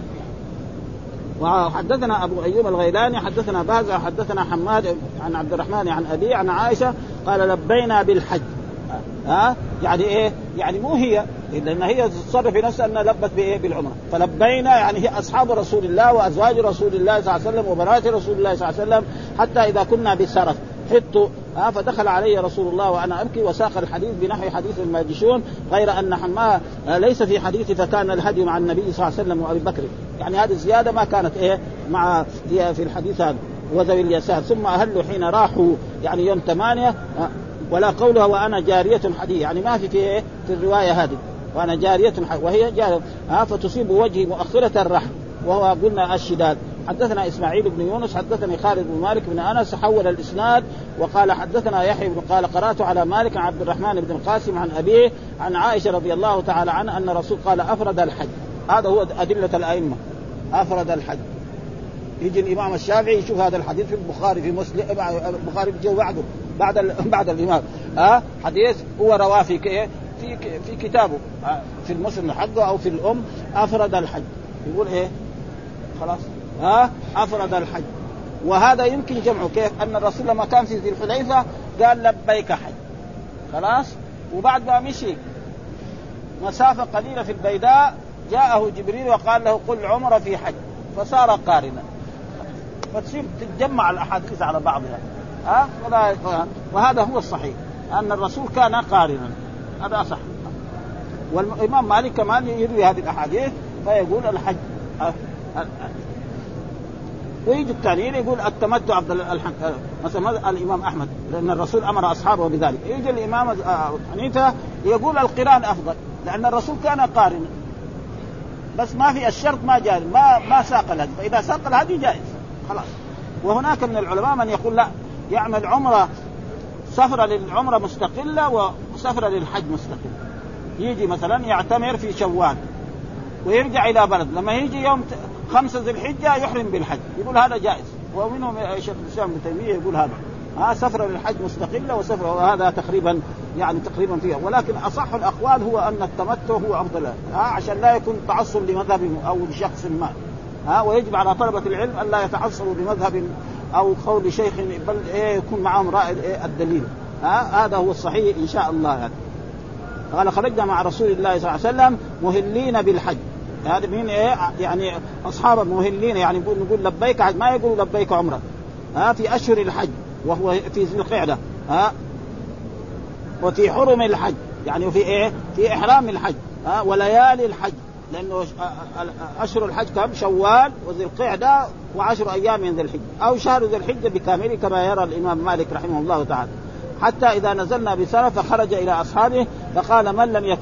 وحدثنا أبو أيوب الغيلاني حدثنا بهزة حدثنا حماد عن عبد الرحمن عن أبي عن عائشة قال لبينا بالحج. يعني إيه يعني مو هي، لأن هي تصرف في نفسها أنها لبت بإيه بالعمرة، فلبينا يعني هي أصحاب رسول الله وأزواج رسول الله صلى الله عليه وسلم وبنات رسول الله صلى الله عليه وسلم حتى إذا كنا بسرف حط فدخل علي رسول الله وأنا أبكي وساق الحديث بنحو حديث الماجشون، غير أن حماه ليس في حديث فكان الهدي مع النبي صلى الله عليه وسلم وأبي بكر، يعني هذه الزيادة ما كانت إيه مع في الحديث هذا وذوي اليسار. ثم أهلوا حين راحوا يعني يوم 8 ولا قولها وأنا جارية حديث، يعني ما في إيه في الرواية هذه وأنا جارية وهي جارية فتصيب وجهي مؤخرة الرحل وهو قلنا الشداد. حدثنا إسماعيل بن يونس حدثني خالد بن مالك بن أنس حول الإسناد وقال حدثنا يحيى بن قال قرأت على مالك عن عبد الرحمن بن القاسم عن أبيه عن عائشة رضي الله تعالى عنها أن الرسول قال أفرد الحج. هذا هو أدلة الأئمة أفرد الحج. يجي الإمام الشافعي يشوف هذا الحديث في البخاري في مسلم البخاري بيجوا بعد الإمام حديث هو رواه في كتابه في المسلم حقه أو في الأم أفرد الحج، يقول إيه خلاص أفرد الحج. وهذا يمكن جمعه كيف أن الرسول لما كان في ذي الحليفة قال لبيك حج خلاص، وبعد ما مشي مسافة قليلة في البيداء جاءه جبريل وقال له قل عمرة في حج فصار قارنا، فتصير تتجمع الأحاديث على بعضها وهذا هو الصحيح أن الرسول كان قارنا، هذا صح. والإمام مالك كمان يروي هذه الأحاديث فيقول الحج. ويجي الثانيين يقول التمتع مثلا الإمام أحمد لأن الرسول أمر أصحابه بذلك. يجي الإمام حنيفة يقول القران أفضل لأن الرسول كان قارنا، بس ما في الشرط ما جاء ما ساق الهدي، فإذا ساق الهدي جائز خلاص. وهناك من العلماء من يقول لا يعمل عمرة سفرة للعمرة مستقلة وسفرة للحج مستقلة. يجي مثلا يعتمر في شوال ويرجع إلى بلد، لما يجي يوم 5 ذي الحجة يحرم بالحج، يقول هذا جائز. ومنهم شيخ الإسلام ابن تيمية يقول هذا سفرة للحج مستقلة وسفرة، وهذا تقريبا فيها. ولكن أصح الأقوال هو أن التمتع هو أفضل عشان لا يكون تعصب لمذهب أو لشخص ما ويجب على طلبة العلم أن لا يتعصبوا بمذهب أو قول شيخ بل يكون معهم رائد الدليل. هذا هو الصحيح إن شاء الله يعني. قال خرجنا مع رسول الله صلى الله عليه وسلم مهلين بالحج. هذا مين يعني أصحاب مهلين، يعني نقول لبيك حج ما يقولوا لبيك عمرة في أشهر الحج وهو في ذي القعدة وفي حرم الحج يعني في إحرام الحج وليالي الحج، لأنه أشهر الحج كم شوال وذي القعدة و10 أيام من ذي الحج أو شهر ذي الحجة بكامله كما يرى الإمام مالك رحمه الله تعالى. حتى إذا نزلنا بسنة فخرج إلى أصحابه فقال من لم يكن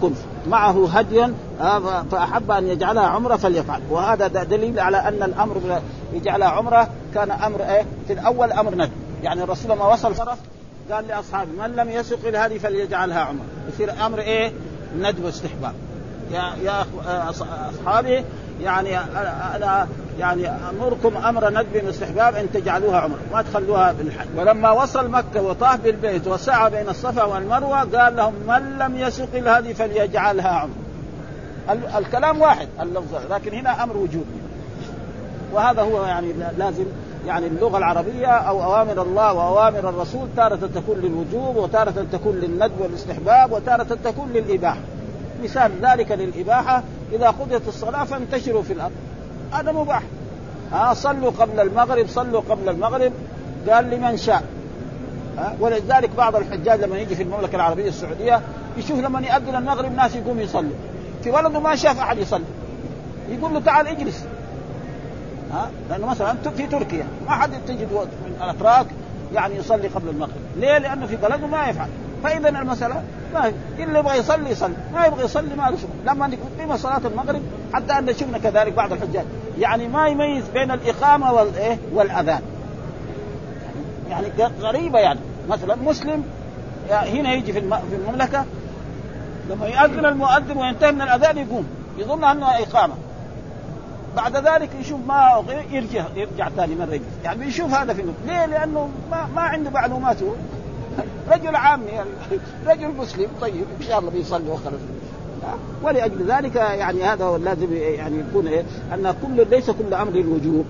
معه هدي فأحب أن يجعلها عمرة فليفعل. وهذا دليل على أن الأمر يجعلها عمرة كان أمر في الأول أمر ندب، يعني الرسول ما وصل صرف قال لأصحابه من لم يسق الهدي فليجعلها عمرة، يصير أمر ندب واستحباب. يا أصحابي يعني أنا يعني أمركم أمر ندب واستحباب أن تجعلوها عمرة ما تخلوها بالحج. ولما وصل مكة وطاف بالبيت وسعى بين الصفا والمروة قال لهم من لم يسق الهدي فليجعلها عمرة. الكلام واحد اللفظ، لكن هنا أمر وجوب. وهذا هو يعني لازم يعني اللغة العربية أو أوامر الله وأوامر الرسول تارة تكون للوجوب وتارة تكون للندب والاستحباب وتارة تكون للإباحة. مثال ذلك للإباحة إذا قضيت الصلاة فانتشروا في الأرض، هذا مباح. صلوا قبل المغرب، صلوا قبل المغرب قال لمن شاء. ولذلك بعض الحجاج لما يجي في المملكة العربية السعودية يشوف لما يأذن المغرب ناس يقوم يصلي، في ولده ما شاف أحد يصلي يقول له تعال اجلس. لأنه مثلا في تركيا ما حد تجد من الأتراك يعني يصلي قبل المغرب. ليه؟ لأنه في بلده ما يفعل. فإذا المسألة ما اللي يبغى يصلي يصلي، ما يبغى يصلي ما له شغل. لما نقيم صلاة المغرب حتى أن شفنا كذلك بعض الحجاج يعني ما يميز بين الإقامة والأذان، يعني غريبة. يعني مثلا مسلم هنا يجي في المملكة لما يأذن المؤذن وينتهي من الأذان يقوم يظن أنه إقامة، بعد ذلك يشوف ما يرجع ثاني مرة يجلس. يعني بيشوف هذا في النص. ليه؟ لأنه ما عنده معلوماته. رجل عامي رجل مسلم طيب إن شاء الله بيصلي وخلص. ولأجل ذلك يعني هذا لازم يعني يكون أن ليس كل أمر الوجوب.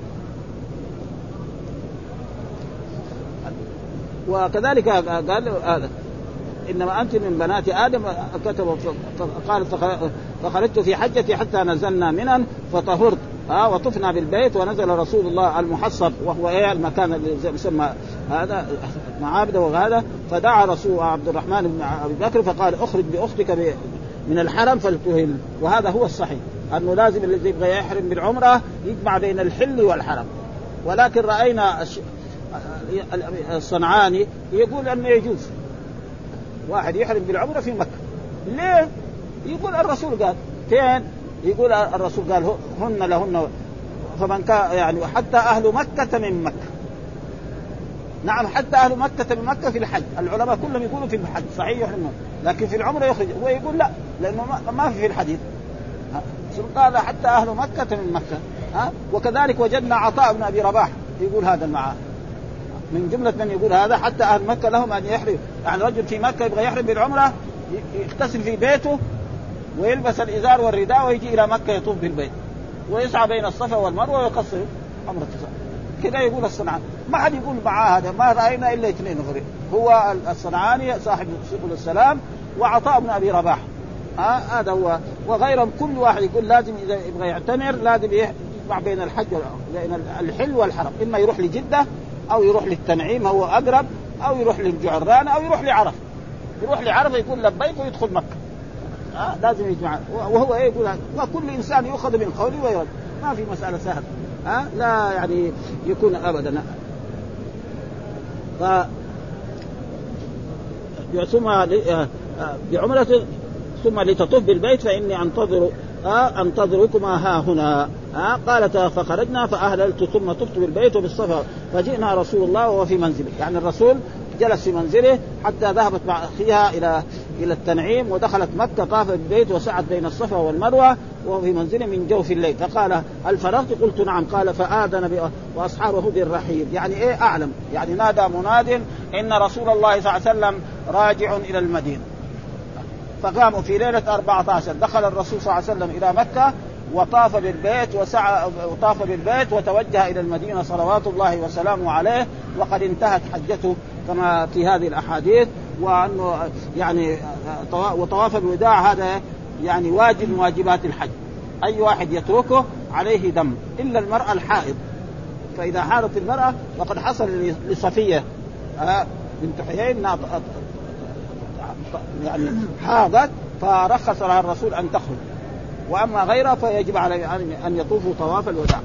وكذلك قال هذا إنما أنت من بنات آدم كتب قال فخرجت في حجتي حتى نزلنا منى فطهرت وطفنا بالبيت ونزل رسول الله المحصب وهو المكان اللي يسمى هذا معابده وهذا. فدعا رسول عبد الرحمن بن أبي بكر فقال اخرج بأختك من الحرم فلتهل. وهذا هو الصحيح أنه لازم الذي يبغى يحرم بالعمرة يجمع بين الحل والحرم. ولكن رأينا الصنعاني يقول أنه يجوز واحد يحرم بالعمرة في مكة. ليه؟ يقول الرسول قال فين؟ يقول الرسول قال هن لهن فمن كان يعني حتى أهل مكة من مكة. نعم حتى أهل مكة من مكة في الحج. العلماء كلهم يقولوا في الحج صحيح يحرمون، لكن في العمرة يخرج. هو يقول لا لأنه ما في الحديث. قال حتى أهل مكة من مكة. وكذلك وجدنا عطاء بن أبي رباح يقول هذا المعاه من جملة من يقول هذا حتى أهل مكة لهم أن يحرم. يعني رجل في مكة يبغى يحرم بالعمرة يغتسل في بيته ويلبس الإزار والرداء ويجي إلى مكة يطوف بالبيت ويسعى بين الصفا والمروة ويقصر عمرة كذا. يقول الصنعاني ما حد يقول معاه هذا، ما رأينا إلا اثنين غير هو الصنعاني صاحب سبل السلام وعطاء بن أبي رباح. هذا هو. وغيرهم كل واحد يقول لازم إذا يبغى يعتمر لازم يجمع بين الحج بين الحل والحرم، إما يروح لجدة أو يروح للتنعيم هو أقرب أو يروح للجعران أو يروح لعرفة. يروح لعرفة يقول لبيك ويدخل مكة. لازم يجمع. وهو يقول وكل إنسان يؤخذ من قوله ويرد، ما في مسألة سهلة. لا يعني يكون أبدا. ثم بعمرة ثم لتطوف بالبيت فإني أنتظركما ها هنا. قالت فخرجنا فأهللت ثم طفت بالبيت وبالصفا فجئنا رسول الله وهو في منزله. يعني الرسول جلس في منزله حتى ذهبت مع أخيها إلى التنعيم ودخلت مكة طاف بالبيت وسعت بين الصفا والمروة وهو في منزله من جوف الليل. فقال هل فرغت؟ قلت نعم. قال فآذن وأصحابه بالرحيل. يعني أعلم يعني نادى مناد إن رسول الله صلى الله عليه وسلم راجع إلى المدينة. فقاموا في ليلة 14 دخل الرسول صلى الله عليه وسلم إلى مكة وطاف بالبيت وتوجه إلى المدينة صلوات الله وسلامه عليه. وقد انتهت حجته كما في هذه الأحاديث. وأنه يعني وطواف الوداع هذا يعني واجب من واجبات الحج، أي واحد يتركه عليه دم إلا المرأة الحائض. فإذا حاضت المرأة وقد حصل لصفية بنت حيي يعني حاضت فرخص لها الرسول أن تخرج، وأما غيرها فيجب عليه أن يطوفوا طواف الوداع.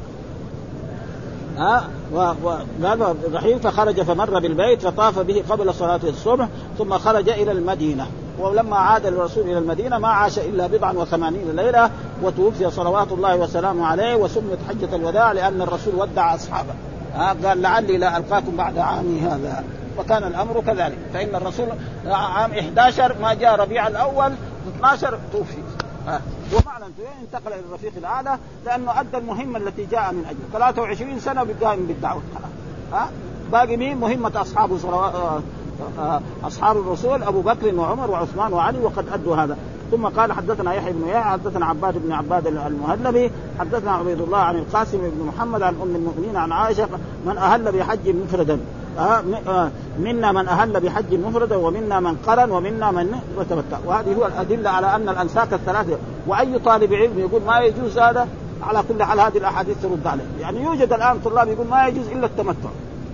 وقال الرحيل فخرج فمر بالبيت فطاف به قبل صلاة الصبح ثم خرج إلى المدينة. ولما عاد الرسول إلى المدينة ما عاش إلا 87 ليلة وتوفي صلوات الله وسلامه عليه، وسميت حجة الوداع لأن الرسول ودع أصحابه، قال لعلي لا ألقاكم بعد عامي هذا، وكان الأمر كذلك. فإن الرسول عام 11 ما جاء ربيع الأول 12 توفي، ومعنى انتقل إلى الرفيق الأعلى لأنه أدى المهمة التي جاء من أجل 23 سنة قائم بالدعوة. باقي مين؟ مهمة أصحابه أصحاب الرسول أبو بكر وعمر وعثمان وعلي، وقد أدوا هذا. ثم قال حدثنا يحيى بن يحيى حدثنا عباد بن عباد المهلبي حدثنا عبيد الله عن القاسم بن محمد عن أم المؤمنين عن عائشة من أهل بحج مفردا، منا من أهل بحج مفردا ومنا من قرن ومنا من تمتع. وهذه هو الأدلة على أن الأنساك الثلاثة. وأي طالب علم يقول ما يجوز هذا على كل حال هذه الأحاديث ترد عليه. يعني يوجد الآن طلاب يقول ما يجوز إلا التمتع.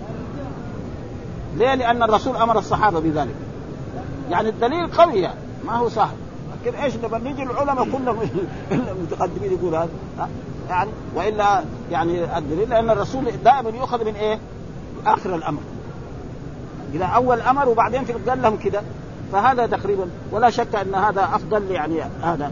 ليه؟ لأن الرسول أمر الصحابة بذلك. يعني الدليل قوي ما هو صح، لكن إيش لما نيجي العلماء كلهم المتقدمين يقول هذا يعني، وإلا يعني الدليل لأن الرسول دائما يؤخذ من إيه؟ آخر الأمر، إلى أول أمر وبعدين في قال لهم كده. فهذا تقريبا ولا شك أن هذا أفضل. يعني هذا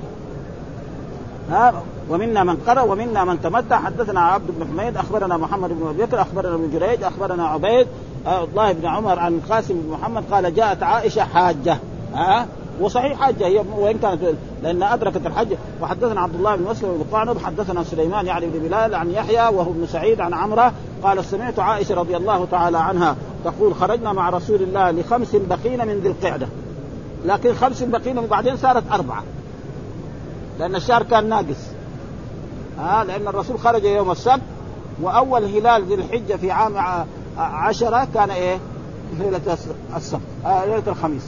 ومنا من قرأ ومنا من تمتع. حدثنا عبد بن حميد أخبرنا محمد بن أبي بكر أخبرنا ابن جريج أخبرنا عبيد الله بن عمر عن القاسم بن محمد قال جاءت عائشة حاجة، وصحيح حاجة هي وإن كانت لأن أدركت الحج. وحدثنا عبد الله بن مسلم بن قعنب حدثنا سليمان يعني بن بلال عن يحيى وهو ابن سعيد عن عمرة قال سمعت عائشة رضي الله تعالى عنها تقول خرجنا مع رسول الله ل5 بقين من ذي القعدة، لكن 5 بقين وبعدين صارت 4 لأن الشهر كان ناقص. لأن الرسول خرج يوم السبت، وأول هلال ذي الحجة في عام 10 كان إيه؟ ليلة السبت، ليلة الخميس.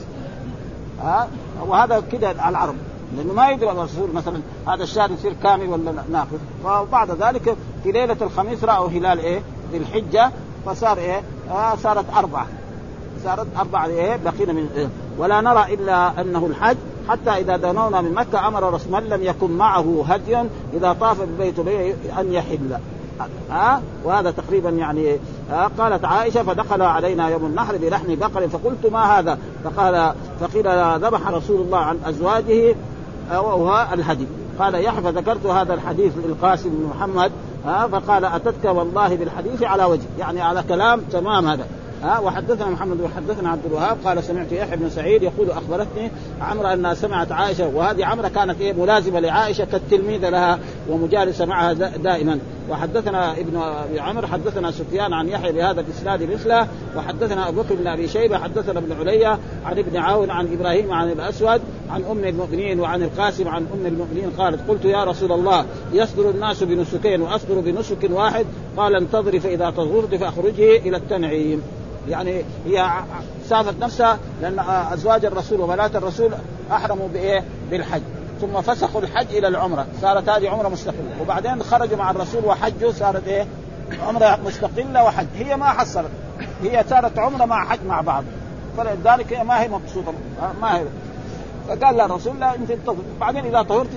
وهذا كده على العرب، لأنه ما يدري الرسول مثلا هذا الشهر يصير كامل ولا ناقص. فبعد ذلك في ليلة الخميس رأوا هلال إيه؟ ذي الحجة، فصار إيه؟ صارت 4 إيه؟ بقينا من إيه؟ ولا نرى إلا أنه الحج. حتى إذا دنونا من مكة أمر رسول من لم يكن معه هدي إذا طاف بالبيت أن يحل. وهذا تقريبا يعني قالت عائشة فدخل علينا يوم النحر بلحم بقر فقلت ما هذا؟ فقيل ذبح رسول الله عن أزواجه وهو الهدي. قال يحيى فذكرت هذا الحديث للقاسم بن محمد فقال أتتك والله بالحديث على وجه، يعني على كلام تمام هذا. وحدثنا محمد وحدثنا عبد الوهاب قال سمعت يحيى بن سعيد يقول أخبرتني عمرو أنها سمعت عائشة، وهذه عمرو كانت إيه؟ ملازمة لعائشة كالتلميذة لها ومجالسة معها دائما. وحدثنا ابن أبي عمرو حدثنا سفيان عن يحيى بهذا الإسناد مثله. وحدثنا أبو بكر بن أبي شيبة حدثنا ابن عليا عن ابن عون عن إبراهيم عن الأسود عن أم المؤمنين وعن القاسم عن أم المؤمنين قالت قلت يا رسول الله يصدر الناس بنسكين وأصدر بنسك واحد؟ قال انتظري فإذا تطهرت فأخرجي إلى التنعيم. يعني هي سافت نفسها لأن أزواج الرسول وبنات الرسول أحرموا بإيه؟ بالحج، ثم فسخوا الحج إلى العمرة، صارت هذه عمرة مستقلة. وبعدين خرجوا مع الرسول وحجوا، صارت إيه؟ عمرة مستقلة وحج. هي ما حصلت، هي صارت عمرة مع حج مع بعض، فلذلك هي ما هي مقصودة، ما هي. فقال لها الرسول لا أنت انتظر، بعدين إذا طهرت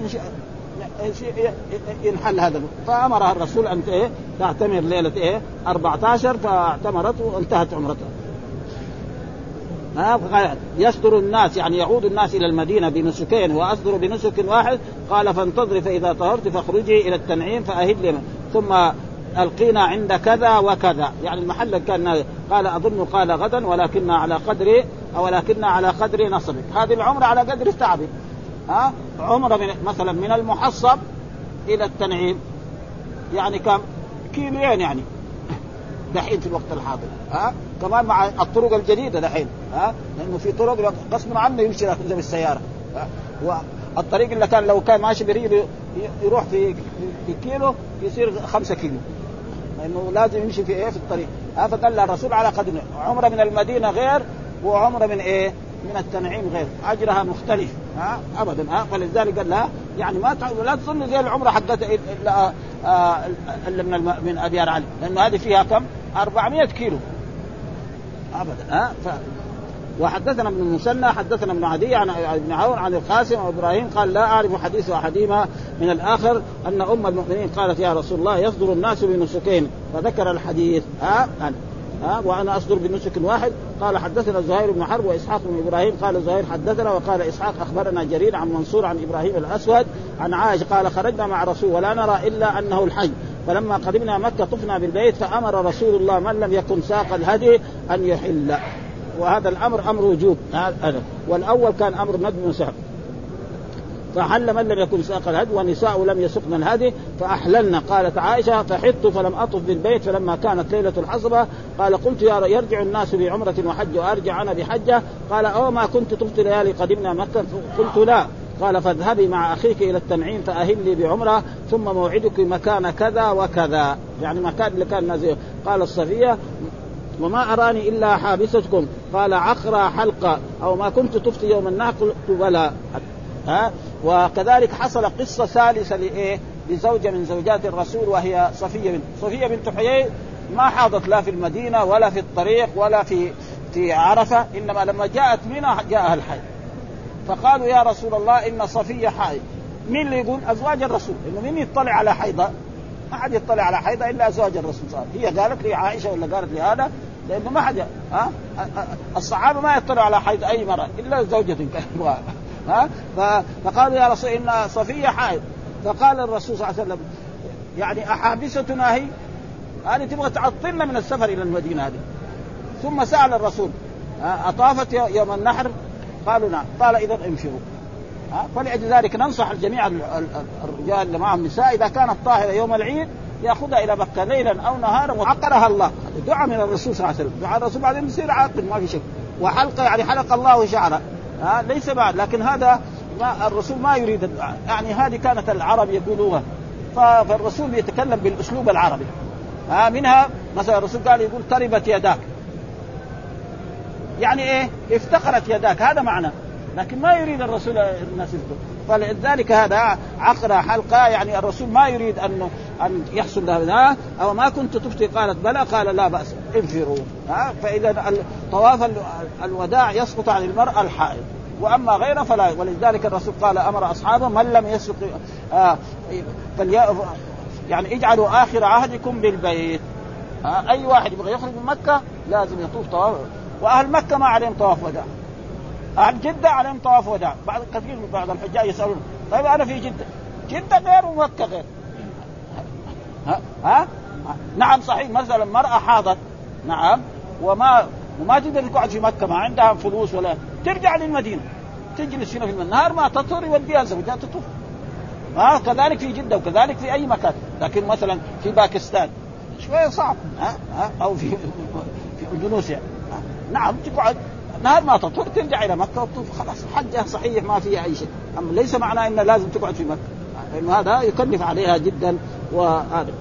ينحل هذا. فأمرها الرسول أن إيه؟ تعتمر ليلة إيه؟ 14 فاعتمرت وانتهت عمرتها. يصدر الناس يعني يعود الناس إلى المدينة بنسكين وأصدر بنسك واحد. قال فانتظري فإذا طهرت فاخرجي إلى التنعيم فأهل ثم ألقينا عند كذا وكذا، يعني المحل كان قال أظن قال غدا ولكننا على قدر نصبك. هذه العمرة على قدر تعبك. عمرة مثلا من المحصب إلى التنعيم يعني كم كيلوين يعني دحين في الوقت الحاضر. كمان مع الطرق الجديدة دحين لأنه في طرق قسم عنه يمشي زي السيارة. والطريق اللي كان لو كان ماشي بريل يروح في كيلو يصير 5 كيلو، لأنه لازم يمشي في في الطريق. فقال الرسول على قدر. عمرة من المدينة غير وعمرة من من التنعيم غير، أجرها مختلف أبدا. فلذلك قال لها يعني لا تظن زي العمرة حقتها اللي من أبيار علي، لأنه هذه فيها كم 400 كيلو أبدا. وحدثنا ابن المثنى حدثنا ابن عدي عن ابن عون عن القاسم وإبراهيم قال لا أعرف حديث أحدهما من الآخر أن أم المؤمنين قالت يا رصول الله يصدر الناس بنسكين، فذكر الحديث. وأنا أصدر بنسك واحد. قال حدثنا زهير بن حرب وإسحاق بن إبراهيم قال زهير حدثنا وقال إسحاق أخبرنا جرير عن منصور عن إبراهيم الأسود عن عائشة قال خرجنا مع رسول ولا نرى إلا أنه الحج فلما قدمنا مكة طفنا بالبيت فأمر رسول الله من لم يكن ساق الهدي أن يحل. وهذا الأمر أمر وجوب والأول كان أمر ندب وسحب. فحل من لم يكن ساق الهدي والنساء لم يسقن الهدي فأحللنا. قالت عائشة فحدت فلم أطف بالبيت فلما كانت ليلة الحصبة قال قلت يرجع الناس بعمرة وحج وأرجع أنا بحجة. قال أو ما كنت طفت ليالي قدمنا مكة قلت لا. قال فاذهبي مع أخيك إلى التنعيم فأهلي بعمرة ثم موعدك مكان كذا وكذا يعني مكان اللي كان نازل. قال الصفية وما أراني إلا حابستكم قال عقرى حلقة أو ما كنت طفت يوم النحر قلت بلى. وكذلك حصل قصة ثالثة لزوجة من زوجات الرسول وهي صفية بنت حيي ما حاضت لا في المدينة ولا في الطريق ولا في عرفة إنما لما جاءت منى جاءها الحي فقالوا يا رسول الله إن صفية حائض. مين اللي يقول؟ أزواج الرسول. إنه مين يطلع على حيضة؟ ما حد يطلع على حيضة إلا أزواج الرسول صار. هي قالت لي عائشة ولا قالت لي هذا لأنه ما حد الصحابة ما يطلعوا على حيض أي مرة إلا زوجة فقالوا يا رسول إن صفية حائض. فقال الرسول صلى الله عليه وسلم يعني أحابستنا هي هذه تبغى تعطلنا من السفر إلى المدينة هذه. ثم سأل الرسول أطافت يوم النحر؟ قالوا نعم. قال إذا انفروا. فلأجل ذلك ننصح الجميع الرجال اللي معهم نساء إذا كانت طاهرة يوم العيد يأخذها إلى مكة ليلا أو نهارا وعقرها الله. دعاء من الرسول صلى الله عليه وسلم. دعاء الرسول بعدين يصير عاقل ما في شك. وحلقة يعني حلق الله شعره ليس بعد. لكن هذا الرسول ما يريد الدعاء يعني هذه كانت العرب يقولوها فالرسول يتكلم بالأسلوب العربي. منها مثلا الرسول قال يقول تربت يداك يعني إيه افتقرت يداك هذا معنى. لكن ما يريد الرسول الناس يذكر. فلذلك هذا عقرة حلقة يعني الرسول ما يريد أن يحصل له أو ما كنت تفتي قالت بلى قال لا بأس انفروا. فإذا طواف الوداع يسقط عن المرأة الحائض وأما غيره فلا. ولذلك الرسول قال أمر أصحابه من لم يسق يعني اجعلوا آخر عهدكم بالبيت. أي واحد يبغى يخرج من مكة لازم يطوف طواف. وأهل مكة ما عليهم طواف وداع. أهل جدة عليهم طواف وداع. كثير من بعض الحجاج يسألون طيب أنا في جدة غير ومكة غير. نعم صحيح مثلا مرأة حاضت نعم وما تقدر تقعد في مكة ما عندها فلوس ولا ترجع للمدينة تجلس هنا في النهار ما تطهر يوديها زوجها تطوف. كذلك في جدة وكذلك في أي مكان. لكن مثلا في باكستان شوية صعب أو في إندونيسيا نعم تقعد نهار ما تطهر ترجع إلى مكة وتطوف خلاص حجها صحيح ما فيها أي شيء. أما ليس معناه إن لازم تقعد في مكة لأن هذا يكلف عليها جدا. وهذا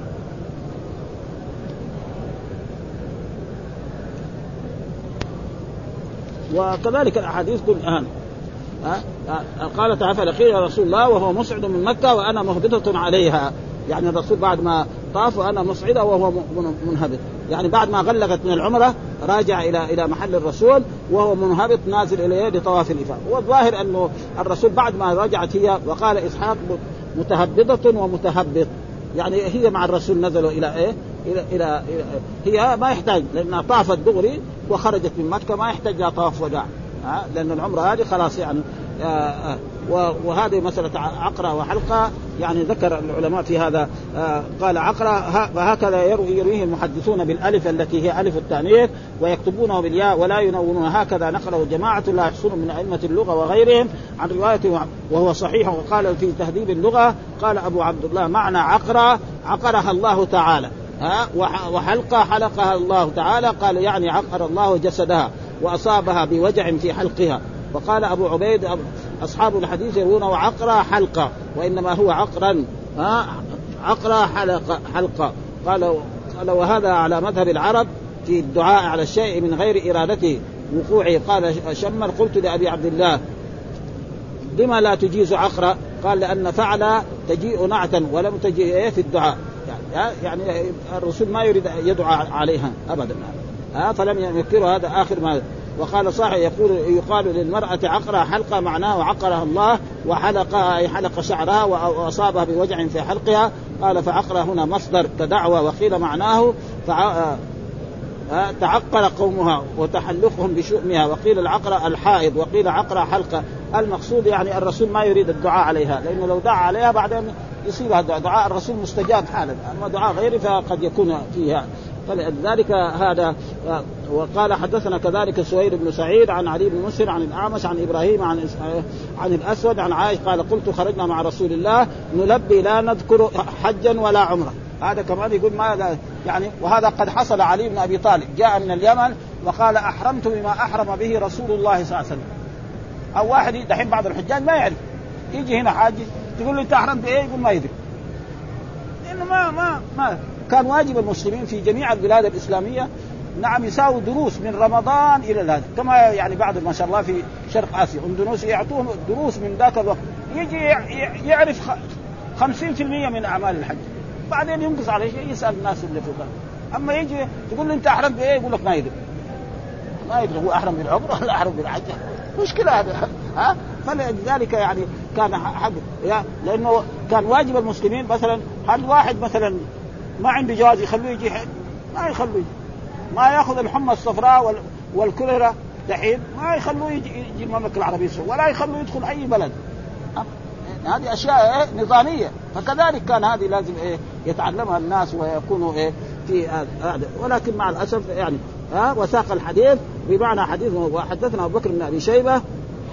وكذلك الأحاديث كل قال تعالى لقيل يا رسول الله وهو مصعد من مكة وأنا مهبطة عليها. يعني الرسول بعد ما طاف وأنا مصعدة وهو منهبط يعني بعد ما غلقت من العمرة راجع إلى محل الرسول وهو منهبط نازل إليه لطواف الإفاضة. والظاهر أنه الرسول بعد ما رجعت هي وقال إسحاق متهبطة ومتهبط يعني هي مع الرسول نزلوا إلى إلى هي ما يحتاج لأنها طافت دغري وخرجت من مكة ما يحتاج لها طواف وداع لأن العمرة هذه خلاص يعني. وهذه مسألة عقرة وحلقة يعني ذكر العلماء في هذا. قال عقرة وهكذا يرويه المحدثون بالألف التي هي ألف التأنيث ويكتبونه بالياء ولا ينونون. هكذا نقله جماعة لا يحصون من أئمة اللغة وغيرهم عن رواية وهو صحيح. وقال في تهذيب اللغة قال أبو عبد الله معنى عقرة عقرها الله تعالى وحلقة حلقها الله تعالى. قال يعني عقر الله جسدها وأصابها بوجع في حلقها. وقال أبو عبيد أصحاب الحديث يقولون عقرة حلقة وإنما هو عقرا عقرة حلقة. قال وهذا على مذهب العرب في الدعاء على الشيء من غير إرادته وقوعه. قال شمر قلت لأبي عبد الله لما لا تجيز عقرة؟ قال لأن فعل تجيء نعتا ولم تجيء في الدعاء يعني الرسول ما يريد يدعى عليها أبدا فلم يذكره. هذا آخر ما. وقال صاحب يقال للمرأة عقرها حلقة معناه عقرها الله وحلقها أي حلق شعرها وأصابها بوجع في حلقها. قال فعقرها هنا مصدر كدعوة وقيل معناه تعقل قومها وتحلقهم بشؤمها، وقيل العقرة الحائض، وقيل عقرة حلقة. المقصود يعني الرسول ما يريد الدعاء عليها، لأنه لو دعا عليها بعدين يصيب هذا دعاء الرسول مستجاب حالا، أما دعاء غيره فقد يكون فيها. فلذلك هذا. وقال حدثنا كذلك سوير بن سعيد عن علي بن مسهر عن الأعمش عن إبراهيم عن الأسود عن عائشة قال قلت خرجنا مع رسول الله نلبي لا نذكر حجا ولا عمرة. هذا كمان يقول ما يعني، وهذا قد حصل علي بن أبي طالب جاء من اليمن وقال أحرمت بما أحرم به رسول الله صلى الله عليه وسلم. أو واحد دحين بعض الحجاج ما يعرف، يجي هنا حاج تقول له أنت أحرمت إيه؟ يقول ما يدري، لأنه ما كان واجب المسلمين في جميع البلاد الإسلامية نعم يساووا دروس من رمضان إلى هذا، كما يعني بعض ما شاء الله في شرق آسيا اندونيسيا يعطوهم دروس من ذاك الوقت، يجي يعرف 50% من أعمال الحج، بعدين ينقص عليه شيء يسأل الناس اللي في البلد. أما يجي تقول له أنت أحرم بإيه؟ يقول لك ما يدري هو أحرم بالعمرة ولا أحرم بالحج، مشكلة هذا. فلذلك يعني كان حق، لأنه كان واجب المسلمين مثلا هل واحد مثلا ما عنده جواز يخلوه يجي حج؟ ما يخلوه، ما يأخذ الحمى الصفراء والكوليرا دحين ما يخلوه يجي المملكة العربية السعودية، ولا يخلوه يدخل أي بلد. هذه أشياء نظامية، فكذلك كان هذه لازم يتعلمها الناس ويكونوا في هذا. ولكن مع الأسف يعني وساق الحديث بمعنى حديث. وحدثنا أبو بكر بن أبي شيبة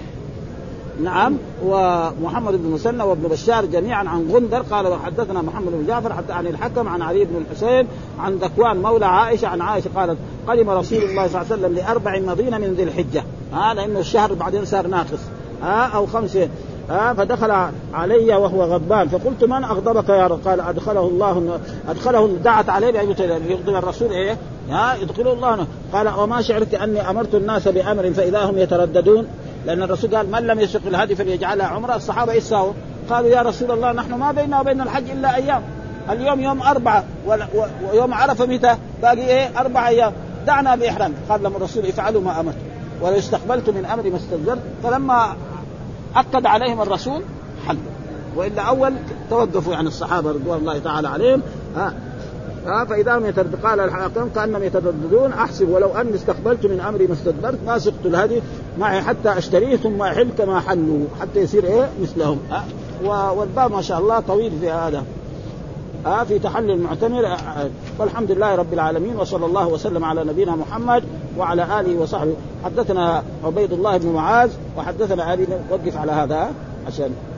نعم ومحمد بن مسنى وابن بشار جميعا عن غندر قال وحدثنا محمد بن جعفر حتى عن الحكم عن علي بن الحسين عن ذكوان مولى عائشة عن عائشة قالت قدم رسول الله صلى الله عليه وسلم ل4 مضين من ذي الحجة، لأنه الشهر بعدين صار ناقص أو 5 فدخل علي وهو غضبان فقلت من أغضبك يا رب؟ قال أدخله دعت عليه يغضب الرسول يدخله الله. قال وما شعرت أني أمرت الناس بأمر فإذا هم يترددون، لأن الرسول قال من لم يسق الهدي فليجعلها عمرة. الصحابة يساووا قالوا يا رسول الله نحن ما بيننا وبين الحج إلا أيام، اليوم يوم 4 ويوم عرفة متى باقي 4 أيام، دعنا بإحرام. قال لهم الرسول افعلوا ما أمرت ولو استقبلت من أمري ما استدبرت. فلما أكد عليهم الرسول حل، وإلا أول توقفوا عن الصحابة رضوان الله تعالى عليهم. فإذا هم قال الحاكم كأنهم يترددون أحسب ولو أني استقبلت من أمري ما استدبرت ما سقت الهدي معي حتى أشتريه ثم أحل كما حلوا حتى يصير مثلهم. والباب ما شاء الله طويل في هذا في تحلي المعتمر. والحمد لله رب العالمين، وصلى الله وسلم على نبينا محمد وعلى آله وصحبه. حدثنا عبيد الله بن معاذ وحدثنا أبي. وقف على هذا عشان